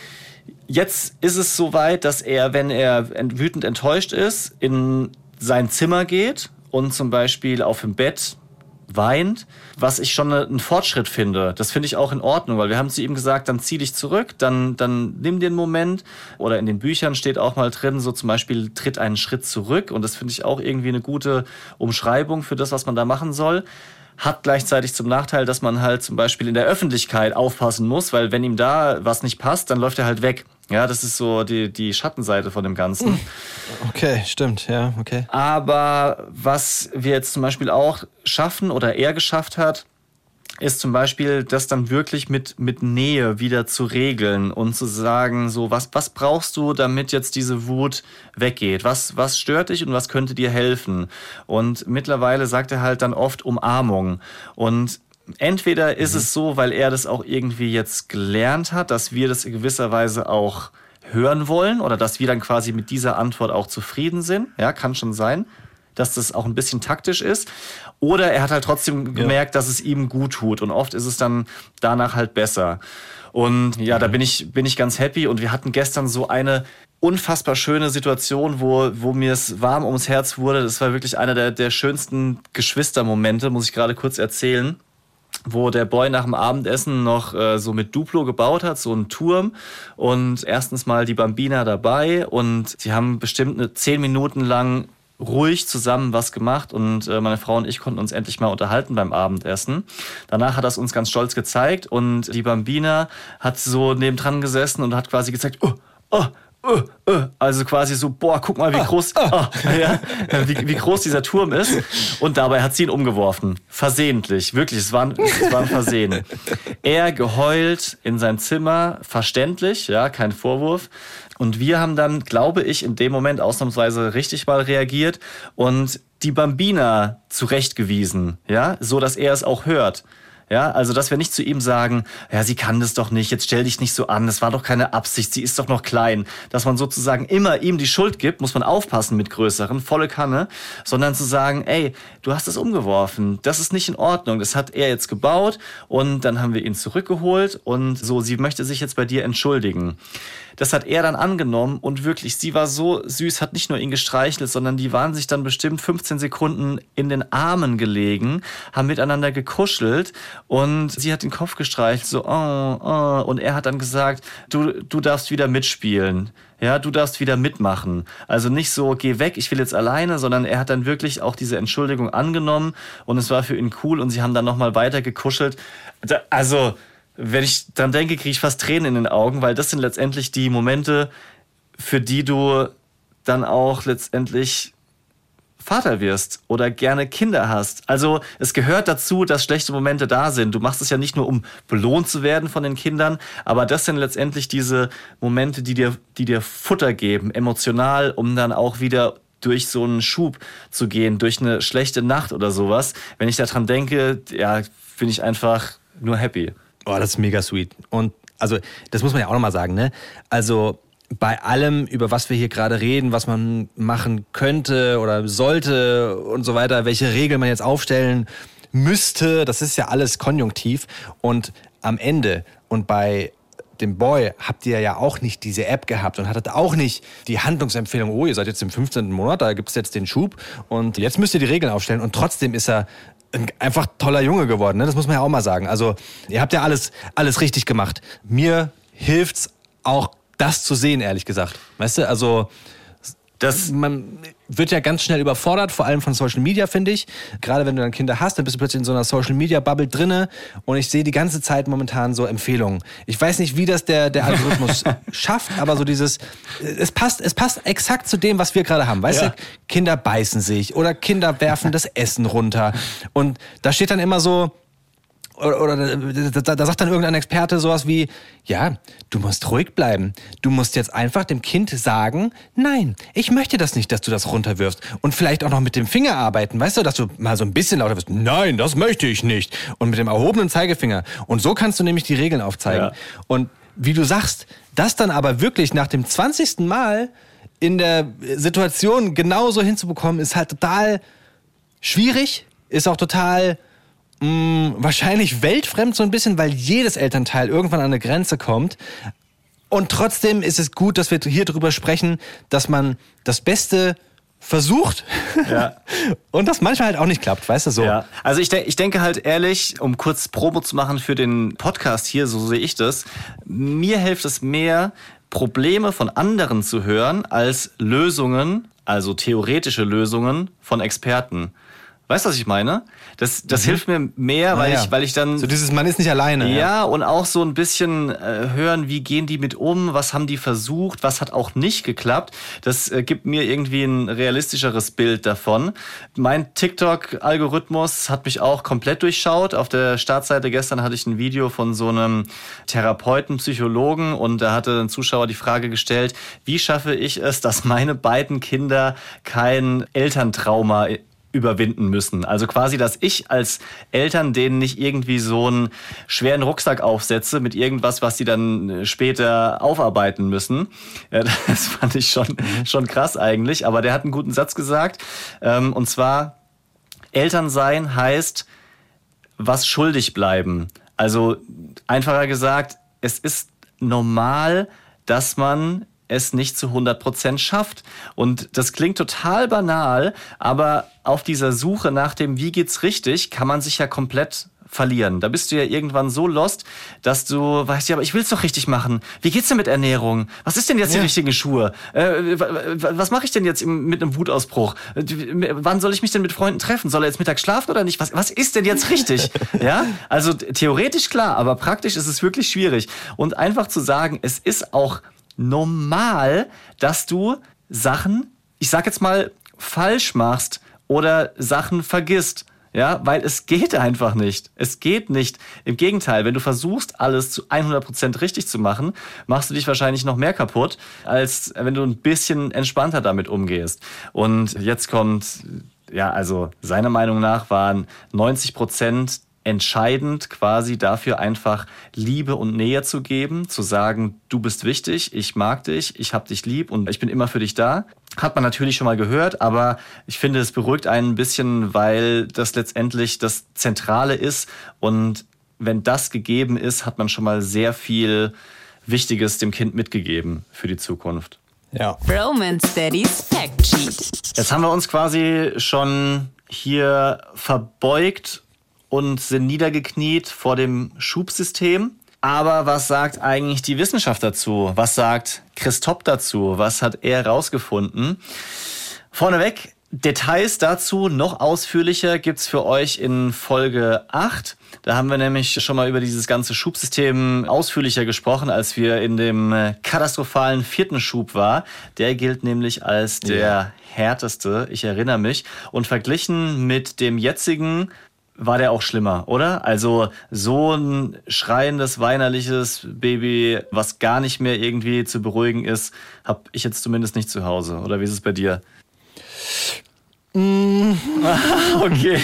jetzt ist es soweit, dass er, wenn er wütend enttäuscht ist, in sein Zimmer geht und zum Beispiel auf dem Bett weint, was ich schon einen Fortschritt finde. Das finde ich auch in Ordnung, weil wir haben zu ihm gesagt, dann zieh dich zurück, dann nimm dir einen Moment. Oder in den Büchern steht auch mal drin, so zum Beispiel tritt einen Schritt zurück. Und das finde ich auch irgendwie eine gute Umschreibung für das, was man da machen soll. Hat gleichzeitig zum Nachteil, dass man halt zum Beispiel in der Öffentlichkeit aufpassen muss, weil wenn ihm da was nicht passt, dann läuft er halt weg. Ja, das ist so die Schattenseite von dem Ganzen. Okay, stimmt, ja, okay. Aber was wir jetzt zum Beispiel auch schaffen oder er geschafft hat, ist zum Beispiel, das dann wirklich mit Nähe wieder zu regeln und zu sagen, so, was brauchst du, damit jetzt diese Wut weggeht? Was stört dich und was könnte dir helfen? Und mittlerweile sagt er halt dann oft Umarmung. Und entweder ist es so, weil er das auch irgendwie jetzt gelernt hat, dass wir das in gewisser Weise auch hören wollen oder dass wir dann quasi mit dieser Antwort auch zufrieden sind. Ja, kann schon sein, dass das auch ein bisschen taktisch ist. Oder er hat halt trotzdem gemerkt, dass es ihm gut tut. Und oft ist es dann danach halt besser. Und ja, da bin ich ganz happy. Und wir hatten gestern so eine unfassbar schöne Situation, wo mir es warm ums Herz wurde. Das war wirklich einer der schönsten Geschwistermomente, muss ich gerade kurz erzählen, wo der Boy nach dem Abendessen noch so mit Duplo gebaut hat, so einen Turm. Und erstens mal die Bambina dabei. Und sie haben bestimmt 10 Minuten lang ruhig zusammen was gemacht und meine Frau und ich konnten uns endlich mal unterhalten beim Abendessen. Danach hat er es uns ganz stolz gezeigt und die Bambina hat so nebendran gesessen und hat quasi gezeigt, also quasi so, boah, guck mal, wie groß, wie groß dieser Turm ist. Und dabei hat sie ihn umgeworfen. Versehentlich, wirklich, es war ein Versehen. Er geheult in sein Zimmer, verständlich, ja, kein Vorwurf. Und wir haben dann, glaube ich, in dem Moment ausnahmsweise richtig mal reagiert und die Bambina zurechtgewiesen, ja, so dass er es auch hört. Ja, also dass wir nicht zu ihm sagen, ja, sie kann das doch nicht, jetzt stell dich nicht so an, das war doch keine Absicht, sie ist doch noch klein. Dass man sozusagen immer ihm die Schuld gibt, muss man aufpassen mit Größeren, volle Kanne, sondern zu sagen, ey, du hast es umgeworfen, das ist nicht in Ordnung, das hat er jetzt gebaut und dann haben wir ihn zurückgeholt und so, sie möchte sich jetzt bei dir entschuldigen. das hat er dann angenommen und wirklich, sie war so süß, hat nicht nur ihn gestreichelt, sondern die waren sich dann bestimmt 15 Sekunden in den Armen gelegen, haben miteinander gekuschelt und sie hat den Kopf gestreichelt, so und er hat dann gesagt, du darfst wieder mitspielen. Ja, du darfst wieder mitmachen. Also nicht so, geh weg, ich will jetzt alleine, sondern er hat dann wirklich auch diese Entschuldigung angenommen und es war für ihn cool und sie haben dann nochmal weiter gekuschelt. Also, wenn ich dran denke, kriege ich fast Tränen in den Augen, weil das sind letztendlich die Momente, für die du dann auch letztendlich Vater wirst oder gerne Kinder hast. Also es gehört dazu, dass schlechte Momente da sind. Du machst es ja nicht nur, um belohnt zu werden von den Kindern, aber das sind letztendlich diese Momente, die dir Futter geben, emotional, um dann auch wieder durch so einen Schub zu gehen, durch eine schlechte Nacht oder sowas. Wenn ich daran denke, ja, bin ich einfach nur happy. Oh, das ist mega sweet. Und also, das muss man ja auch nochmal sagen, ne? Also, bei allem, über was wir hier gerade reden, was man machen könnte oder sollte und so weiter, welche Regeln man jetzt aufstellen müsste, das ist ja alles konjunktiv. Und am Ende und bei dem Boy habt ihr ja auch nicht diese App gehabt und hattet auch nicht die Handlungsempfehlung, oh, ihr seid jetzt im 15. Monat, da gibt's jetzt den Schub und jetzt müsst ihr die Regeln aufstellen und trotzdem ist er ein einfach toller Junge geworden, ne? Das muss man ja auch mal sagen. Also ihr habt ja alles richtig gemacht. Mir hilft's auch, das zu sehen, ehrlich gesagt. Weißt du, also man wird ja ganz schnell überfordert, vor allem von Social Media, finde ich. Gerade wenn du dann Kinder hast, dann bist du plötzlich in so einer Social Media Bubble drinne und ich sehe die ganze Zeit momentan so Empfehlungen. Ich weiß nicht, wie das der Algorithmus schafft, aber so dieses, es passt exakt zu dem, was wir gerade haben. Weißt du, Kinder beißen sich oder Kinder werfen das Essen runter und da steht dann immer so, oder da sagt dann irgendein Experte sowas wie, ja, du musst ruhig bleiben. Du musst jetzt einfach dem Kind sagen, nein, ich möchte das nicht, dass du das runterwirfst. Und vielleicht auch noch mit dem Finger arbeiten, weißt du, dass du mal so ein bisschen lauter wirst. Nein, das möchte ich nicht. Und mit dem erhobenen Zeigefinger. Und so kannst du nämlich die Regeln aufzeigen. Ja. Und wie du sagst, das dann aber wirklich nach dem 20. Mal in der Situation genauso hinzubekommen, ist halt total schwierig, ist auch total wahrscheinlich weltfremd so ein bisschen, weil jedes Elternteil irgendwann an eine Grenze kommt. Und trotzdem ist es gut, dass wir hier drüber sprechen, dass man das Beste versucht und das manchmal halt auch nicht klappt, weißt du so. Ja. Also ich denke halt ehrlich, um kurz Promo zu machen für den Podcast hier, so sehe ich das, mir hilft es mehr, Probleme von anderen zu hören, als Lösungen, also theoretische Lösungen von Experten. Weißt du, was ich meine? Das hilft mir mehr, weil ich dann... So dieses, man ist nicht alleine. Ja, und auch so ein bisschen hören, wie gehen die mit um, was haben die versucht, was hat auch nicht geklappt. Das gibt mir irgendwie ein realistischeres Bild davon. Mein TikTok-Algorithmus hat mich auch komplett durchschaut. Auf der Startseite gestern hatte ich ein Video von so einem Therapeuten, Psychologen und da hatte ein Zuschauer die Frage gestellt, wie schaffe ich es, dass meine beiden Kinder kein Elterntrauma überwinden müssen. Also quasi, dass ich als Eltern denen nicht irgendwie so einen schweren Rucksack aufsetze mit irgendwas, was sie dann später aufarbeiten müssen. Ja, das fand ich schon krass eigentlich. Aber der hat einen guten Satz gesagt. Und zwar, Eltern sein heißt, was schuldig bleiben. Also einfacher gesagt, es ist normal, dass man es nicht zu 100% schafft. Und das klingt total banal, aber auf dieser Suche nach dem Wie geht's richtig, kann man sich ja komplett verlieren. Da bist du ja irgendwann so lost, dass du weißt, ja, aber ich will's doch richtig machen. Wie geht's denn mit Ernährung? Was ist denn jetzt die richtigen Schuhe? Was mache ich denn jetzt mit einem Wutausbruch? Wann soll ich mich denn mit Freunden treffen? Soll er jetzt mittags schlafen oder nicht? Was ist denn jetzt richtig? Ja? Also theoretisch klar, aber praktisch ist es wirklich schwierig. Und einfach zu sagen, es ist auch normal, dass du Sachen, ich sag jetzt mal, falsch machst oder Sachen vergisst. Ja, weil es geht einfach nicht. Es geht nicht. Im Gegenteil, wenn du versuchst, alles zu 100% richtig zu machen, machst du dich wahrscheinlich noch mehr kaputt, als wenn du ein bisschen entspannter damit umgehst. Und jetzt kommt, ja, also seiner Meinung nach waren 90% entscheidend quasi dafür einfach Liebe und Nähe zu geben, zu sagen, du bist wichtig, ich mag dich, ich hab dich lieb und ich bin immer für dich da. Hat man natürlich schon mal gehört, aber ich finde, es beruhigt einen ein bisschen, weil das letztendlich das Zentrale ist und wenn das gegeben ist, hat man schon mal sehr viel Wichtiges dem Kind mitgegeben für die Zukunft? Ja. Romance Daddy's Fact Sheet. Jetzt haben wir uns quasi schon hier verbeugt und sind niedergekniet vor dem Schubsystem. Aber was sagt eigentlich die Wissenschaft dazu? Was sagt Christoph dazu? Was hat er rausgefunden? Vorneweg, Details dazu noch ausführlicher gibt's für euch in Folge 8. Da haben wir nämlich schon mal über dieses ganze Schubsystem ausführlicher gesprochen, als wir in dem katastrophalen 4. Schub war. Der gilt nämlich als der härteste, ich erinnere mich. Und verglichen mit dem jetzigen war der auch schlimmer, oder? Also so ein schreiendes, weinerliches Baby, was gar nicht mehr irgendwie zu beruhigen ist, habe ich jetzt zumindest nicht zu Hause. Oder wie ist es bei dir? Okay.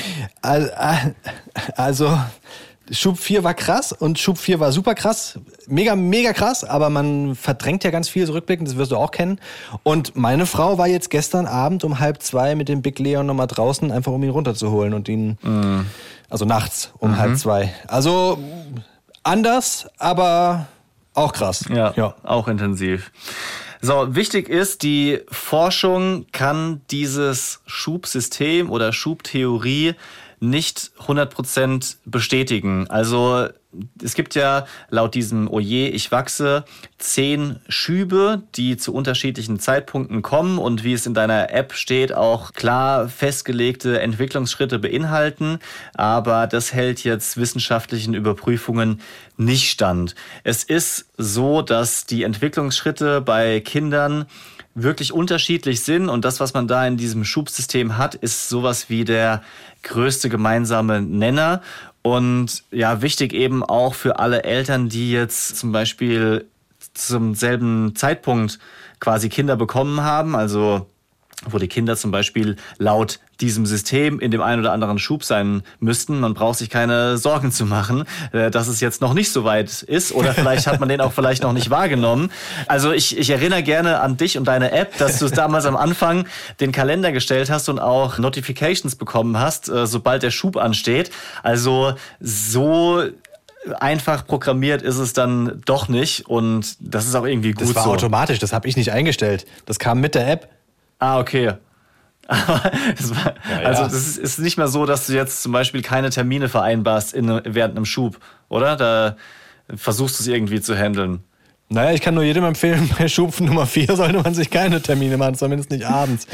Also Schub 4 war krass und Schub 4 war super krass. Mega, mega krass, aber man verdrängt ja ganz viel so rückblickend, das wirst du auch kennen. Und meine Frau war jetzt gestern Abend um 1:30 mit dem Big Leon nochmal draußen, einfach um ihn runterzuholen und ihn, also nachts um 1:30. Also anders, aber auch krass. Ja, auch intensiv. So, wichtig ist, die Forschung kann dieses Schubsystem oder Schubtheorie nicht 100% bestätigen. Also es gibt ja laut diesem Oje, ich wachse 10 Schübe, die zu unterschiedlichen Zeitpunkten kommen und wie es in deiner App steht, auch klar festgelegte Entwicklungsschritte beinhalten. Aber das hält jetzt wissenschaftlichen Überprüfungen nicht stand. Es ist so, dass die Entwicklungsschritte bei Kindern wirklich unterschiedlich sind und das, was man da in diesem Schubsystem hat, ist sowas wie der größte gemeinsame Nenner. Und ja, wichtig eben auch für alle Eltern, die jetzt zum Beispiel zum selben Zeitpunkt quasi Kinder bekommen haben, also wo die Kinder zum Beispiel laut diesem System in dem einen oder anderen Schub sein müssten. Man braucht sich keine Sorgen zu machen, dass es jetzt noch nicht so weit ist oder vielleicht hat man den auch vielleicht noch nicht wahrgenommen. Also ich erinnere gerne an dich und deine App, dass du damals am Anfang den Kalender gestellt hast und auch Notifications bekommen hast, sobald der Schub ansteht. Also so einfach programmiert ist es dann doch nicht und das ist auch irgendwie gut so. Das war automatisch, das habe ich nicht eingestellt. Das kam mit der App. Ah, okay. Aber also das ist nicht mehr so, dass du jetzt zum Beispiel keine Termine vereinbarst während einem Schub, oder? Da versuchst du es irgendwie zu handeln. Naja, ich kann nur jedem empfehlen, bei Schub Nummer 4 sollte man sich keine Termine machen, zumindest nicht abends.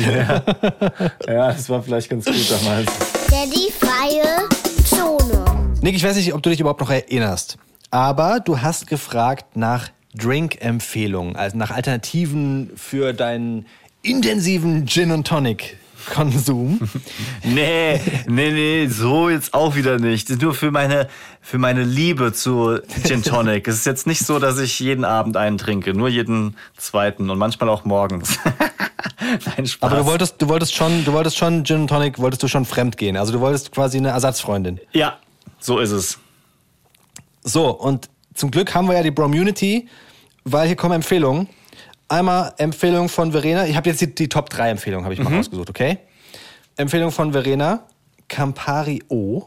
Ja, das war vielleicht ganz gut damals. Daddy freie Zone. Nick, ich weiß nicht, ob du dich überhaupt noch erinnerst, aber du hast gefragt nach Drink-Empfehlungen, also nach Alternativen für deinen intensiven Gin und Tonic Konsum. Nee, so jetzt auch wieder nicht. Das ist nur für meine Liebe zu Gin Tonic. Es ist jetzt nicht so, dass ich jeden Abend einen trinke, nur jeden zweiten und manchmal auch morgens. Nein, Spaß. Aber du wolltest schon Gin und Tonic, wolltest du schon fremd gehen. Also du wolltest quasi eine Ersatzfreundin. Ja, so ist es. So, und zum Glück haben wir ja die Bromunity, weil hier kommen Empfehlungen. Einmal Empfehlung von Verena. Ich habe jetzt die Top 3 Empfehlungen habe ich mal rausgesucht, okay? Empfehlung von Verena. Campari O.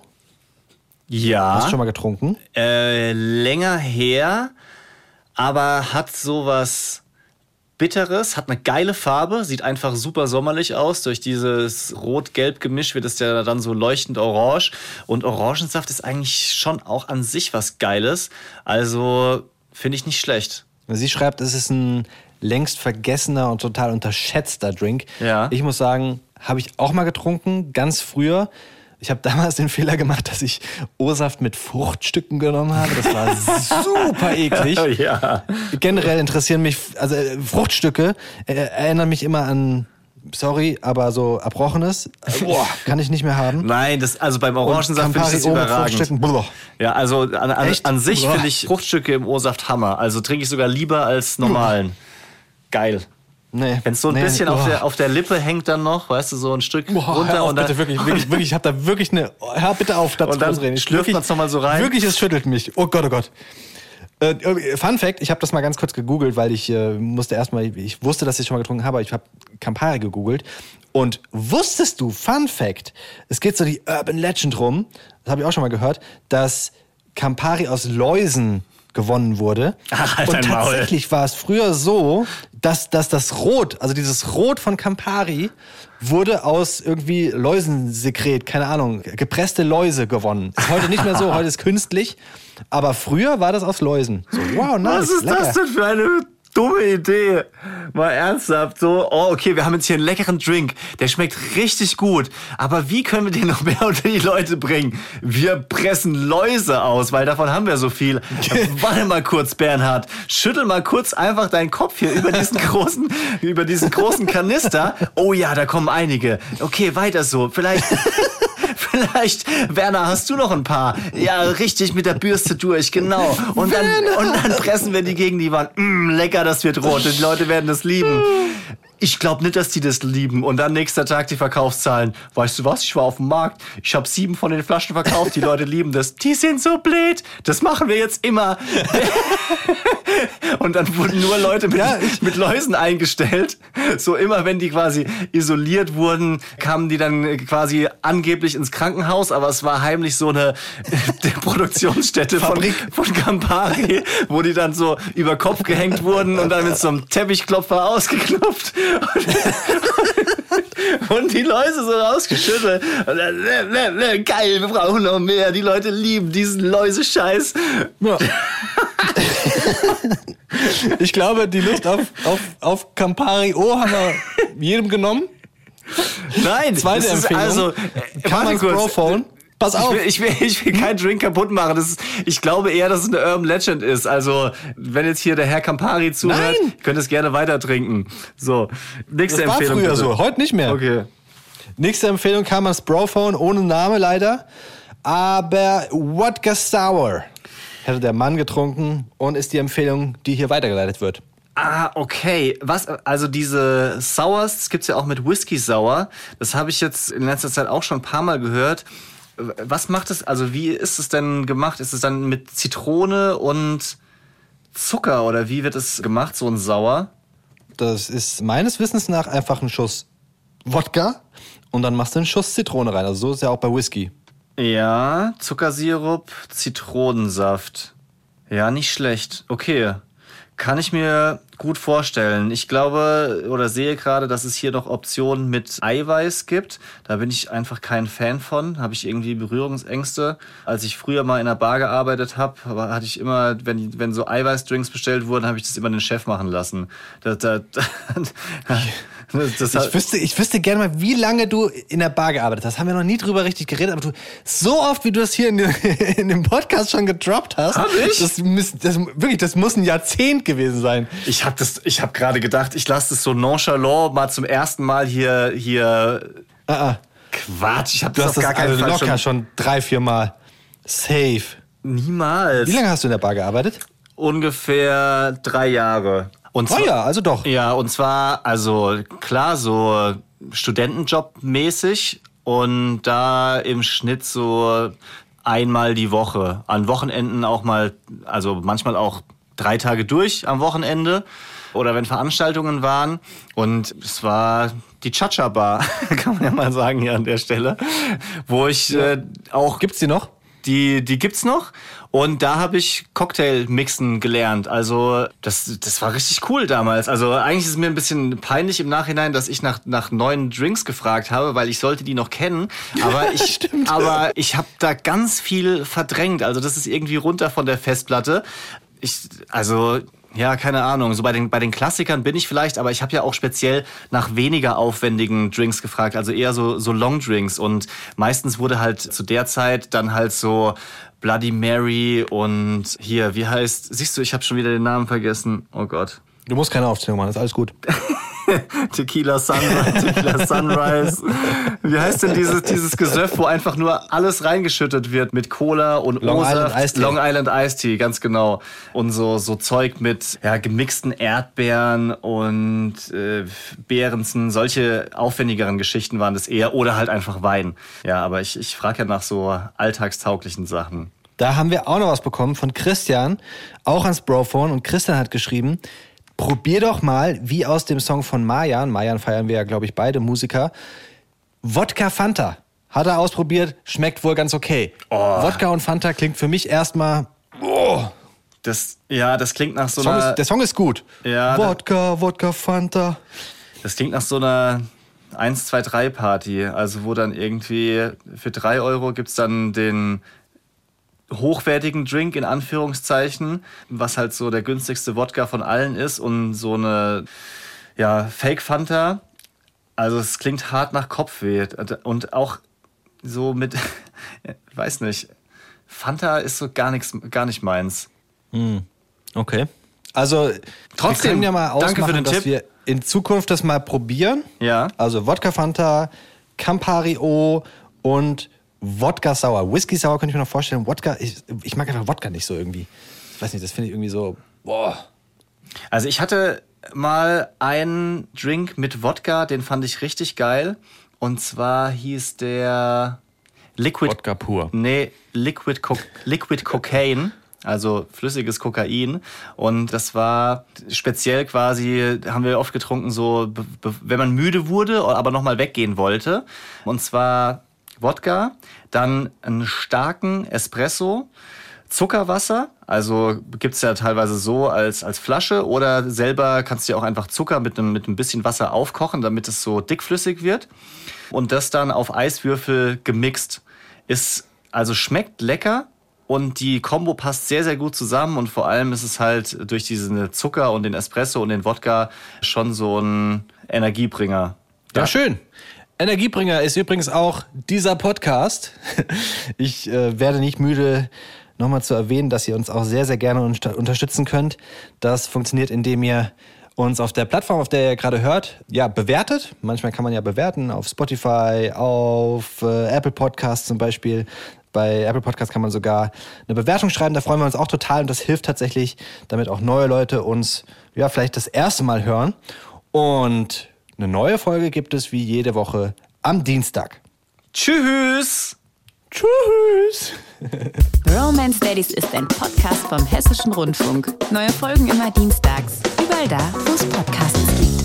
Ja. Hast du schon mal getrunken? Länger her, aber hat sowas Bitteres, hat eine geile Farbe, sieht einfach super sommerlich aus. Durch dieses Rot-Gelb-Gemisch wird es ja dann so leuchtend orange. Und Orangensaft ist eigentlich schon auch an sich was Geiles. Also finde ich nicht schlecht. Sie schreibt, es ist ein längst vergessener und total unterschätzter Drink. Ja. Ich muss sagen, habe ich auch mal getrunken, ganz früher. Ich habe damals den Fehler gemacht, dass ich O-Saft mit Fruchtstücken genommen habe. Das war super eklig. Ja. Generell interessieren mich, also Fruchtstücke erinnern mich immer an, sorry, aber so Erbrochenes. Kann ich nicht mehr haben. Nein, also beim Orangensaft finde ich das überragend. Ja, also an sich finde ich Fruchtstücke im O-Saft Hammer. Also trinke ich sogar lieber als normalen. Geil. Nee. Wenn es so ein bisschen auf der Lippe hängt dann noch, weißt du, so ein Stück runter. Und dann, bitte, wirklich, ich habe da wirklich eine... Hör bitte auf, dazu und dann schlürft man es nochmal so rein. Wirklich, es schüttelt mich. Oh Gott, oh Gott. Fun Fact, ich habe das mal ganz kurz gegoogelt, weil ich ich wusste, dass ich schon mal getrunken habe, aber ich habe Campari gegoogelt. Und wusstest du, Fun Fact, es geht so die Urban Legend rum, das habe ich auch schon mal gehört, dass Campari aus Läusen gewonnen wurde. Ach, halt und dein Maul. tatsächlich war es früher so, dass das Rot, also dieses Rot von Campari, wurde aus irgendwie Läusensekret, keine Ahnung, gepresste Läuse gewonnen. Ist heute nicht mehr so, heute ist künstlich. Aber früher war das aus Läusen. So, wow, nice, Was ist lecker. das denn für eine dumme Idee? Mal ernsthaft, so, oh, okay, wir haben jetzt hier einen leckeren Drink, der schmeckt richtig gut, aber wie können wir den noch mehr unter die Leute bringen? Wir pressen Läuse aus, weil davon haben wir so viel. Warte mal kurz, Bernhard, schüttel mal kurz einfach deinen Kopf hier über diesen großen Kanister. Oh ja, da kommen einige. Okay, weiter so, vielleicht, Werner, hast du noch ein paar? Ja, richtig, mit der Bürste durch, genau. Und dann pressen wir die gegen die Wand. Lecker, das wird rot. Die Leute werden das lieben. Ich glaube nicht, dass die das lieben. Und dann nächster Tag die Verkaufszahlen. Weißt du was? Ich war auf dem Markt. Ich habe 7 von den Flaschen verkauft. Die Leute lieben das. Die sind so blöd. Das machen wir jetzt immer. Und dann wurden nur Leute mit Läusen eingestellt. So immer, wenn die quasi isoliert wurden, kamen die dann quasi angeblich ins Krankenhaus. Aber es war heimlich so eine Produktionsstätte von Campari, wo die dann so über Kopf gehängt wurden und dann mit so einem Teppichklopfer ausgeknüpft. Und die Läuse so rausgeschüttelt. Und dann, geil, wir brauchen noch mehr. Die Leute lieben diesen Läusescheiß. Ja. Ich glaube, die Lust auf Campari haben wir jedem genommen. Nein, zweite Empfehlung. Also, Kann Brophone. Pass auf. Ich will keinen Drink kaputt machen. Ich glaube eher, dass es eine Urban Legend ist. Also, wenn jetzt hier der Herr Campari zuhört, könnt ihr es gerne weiter trinken. So, nächste das Empfehlung. War früher bitte. so, heute nicht mehr. Okay. Nächste Empfehlung kam als Brophone, ohne Name leider. Aber Wodka Sour hätte der Mann getrunken und ist die Empfehlung, die hier weitergeleitet wird. Ah, okay. Also diese Sours, das gibt's ja auch mit Whisky Sour. Das habe ich jetzt in letzter Zeit auch schon ein paar Mal gehört. Was macht es, also wie ist es denn gemacht? Ist es dann mit Zitrone und Zucker oder wie wird es gemacht, so ein Sauer? Das ist meines Wissens nach einfach ein Schuss Wodka und dann machst du einen Schuss Zitrone rein. Also so ist ja auch bei Whisky. Ja, Zuckersirup, Zitronensaft. Ja, nicht schlecht. Okay. Kann ich mir gut vorstellen. Ich glaube oder sehe gerade, dass es hier noch Optionen mit Eiweiß gibt. Da bin ich einfach kein Fan von. Habe ich irgendwie Berührungsängste. Als ich früher mal in einer Bar gearbeitet habe, hatte ich immer, wenn so Eiweißdrinks bestellt wurden, habe ich das immer den Chef machen lassen. Ich wüsste gerne mal, wie lange du in der Bar gearbeitet hast. Haben wir noch nie drüber richtig geredet, aber so oft, wie du das hier in dem Podcast schon gedroppt hast. Hab ich? Das muss ein Jahrzehnt gewesen sein. Ich habe gerade gedacht, ich lasse das so nonchalant mal zum ersten Mal hier. Quatsch, ich habe das auf gar keinen Fall locker schon 3-4 Mal. Safe. Niemals. Wie lange hast du in der Bar gearbeitet? Ungefähr 3 Jahre. Und zwar, ja, also doch. Ja, und zwar, also klar, so Studentenjob-mäßig und da im Schnitt so einmal die Woche. An Wochenenden auch mal, also manchmal auch 3 Tage durch am Wochenende oder wenn Veranstaltungen waren. Und es war die Cha-Cha-Bar, kann man ja mal sagen hier an der Stelle, wo ich auch... Gibt's die noch? Die gibt's noch und da habe ich Cocktail-Mixen gelernt. Also das war richtig cool damals. Also eigentlich ist es mir ein bisschen peinlich im Nachhinein, dass ich nach neuen Drinks gefragt habe, weil ich sollte die noch kennen. Aber ich habe da ganz viel verdrängt. Also das ist irgendwie runter von der Festplatte. Ja, keine Ahnung. So bei den Klassikern bin ich vielleicht, aber ich habe ja auch speziell nach weniger aufwendigen Drinks gefragt, also eher so Longdrinks. Und meistens wurde halt zu der Zeit dann halt so Bloody Mary und hier, siehst du, ich habe schon wieder den Namen vergessen. Oh Gott. Du musst keine Aufzählung machen, ist alles gut. Tequila Sunrise. Wie heißt denn dieses Gesöff, wo einfach nur alles reingeschüttet wird mit Cola und Long O-Saft? Long Island Iced Tea, ganz genau. Und so Zeug mit gemixten Erdbeeren und Beerenzen. Solche aufwendigeren Geschichten waren das eher. Oder halt einfach Wein. Ja, aber ich frage ja nach so alltagstauglichen Sachen. Da haben wir auch noch was bekommen von Christian, auch ans Brophone. Und Christian hat geschrieben: Probier doch mal, wie aus dem Song von Marjan feiern wir ja, glaube ich, beide Musiker, Wodka Fanta. Hat er ausprobiert, schmeckt wohl ganz okay. Oh. Wodka und Fanta klingt für mich erstmal Das klingt nach so Der Song ist gut. Ja, Wodka, Fanta. Das klingt nach so einer 1-2-3-Party. Also wo dann irgendwie für 3 € gibt's dann den hochwertigen Drink in Anführungszeichen, was halt so der günstigste Wodka von allen ist und so eine Fake Fanta. Also es klingt hart nach Kopfweh und auch so mit, weiß nicht, Fanta ist so gar nicht meins. Okay. Also trotzdem, wir können ja mal ausmachen, danke für den dass Tipp. wir in Zukunft das mal probieren. Ja. Also Wodka Fanta, Campari O und Wodka Sour. Whisky Sour könnte ich mir noch vorstellen. Wodka, ich mag einfach Wodka nicht so irgendwie. Ich weiß nicht, das finde ich irgendwie so, boah. Also ich hatte mal einen Drink mit Wodka, den fand ich richtig geil. Und zwar hieß der Wodka pur. Nee, Liquid Cocaine. Also flüssiges Kokain. Und das war speziell quasi, haben wir oft getrunken, so wenn man müde wurde, aber nochmal weggehen wollte. Und zwar Wodka, dann einen starken Espresso, Zuckerwasser, also gibt's ja teilweise so als Flasche oder selber kannst du ja auch einfach Zucker mit einem bisschen Wasser aufkochen, damit es so dickflüssig wird. Und das dann auf Eiswürfel gemixt. Schmeckt lecker. Und die Kombo passt sehr, sehr gut zusammen und vor allem ist es halt durch diesen Zucker und den Espresso und den Wodka schon so ein Energiebringer. Ja, schön. Energiebringer ist übrigens auch dieser Podcast. Ich werde nicht müde, nochmal zu erwähnen, dass ihr uns auch sehr, sehr gerne unterstützen könnt. Das funktioniert, indem ihr uns auf der Plattform, auf der ihr gerade hört, bewertet. Manchmal kann man ja bewerten auf Spotify, auf Apple Podcasts zum Beispiel. Bei Apple Podcasts kann man sogar eine Bewertung schreiben, da freuen wir uns auch total und das hilft tatsächlich, damit auch neue Leute uns vielleicht das erste Mal hören. Und eine neue Folge gibt es wie jede Woche am Dienstag. Tschüss! Tschüss! Romance Daddies ist ein Podcast vom Hessischen Rundfunk. Neue Folgen immer dienstags. Überall da, wo es Podcasts gibt.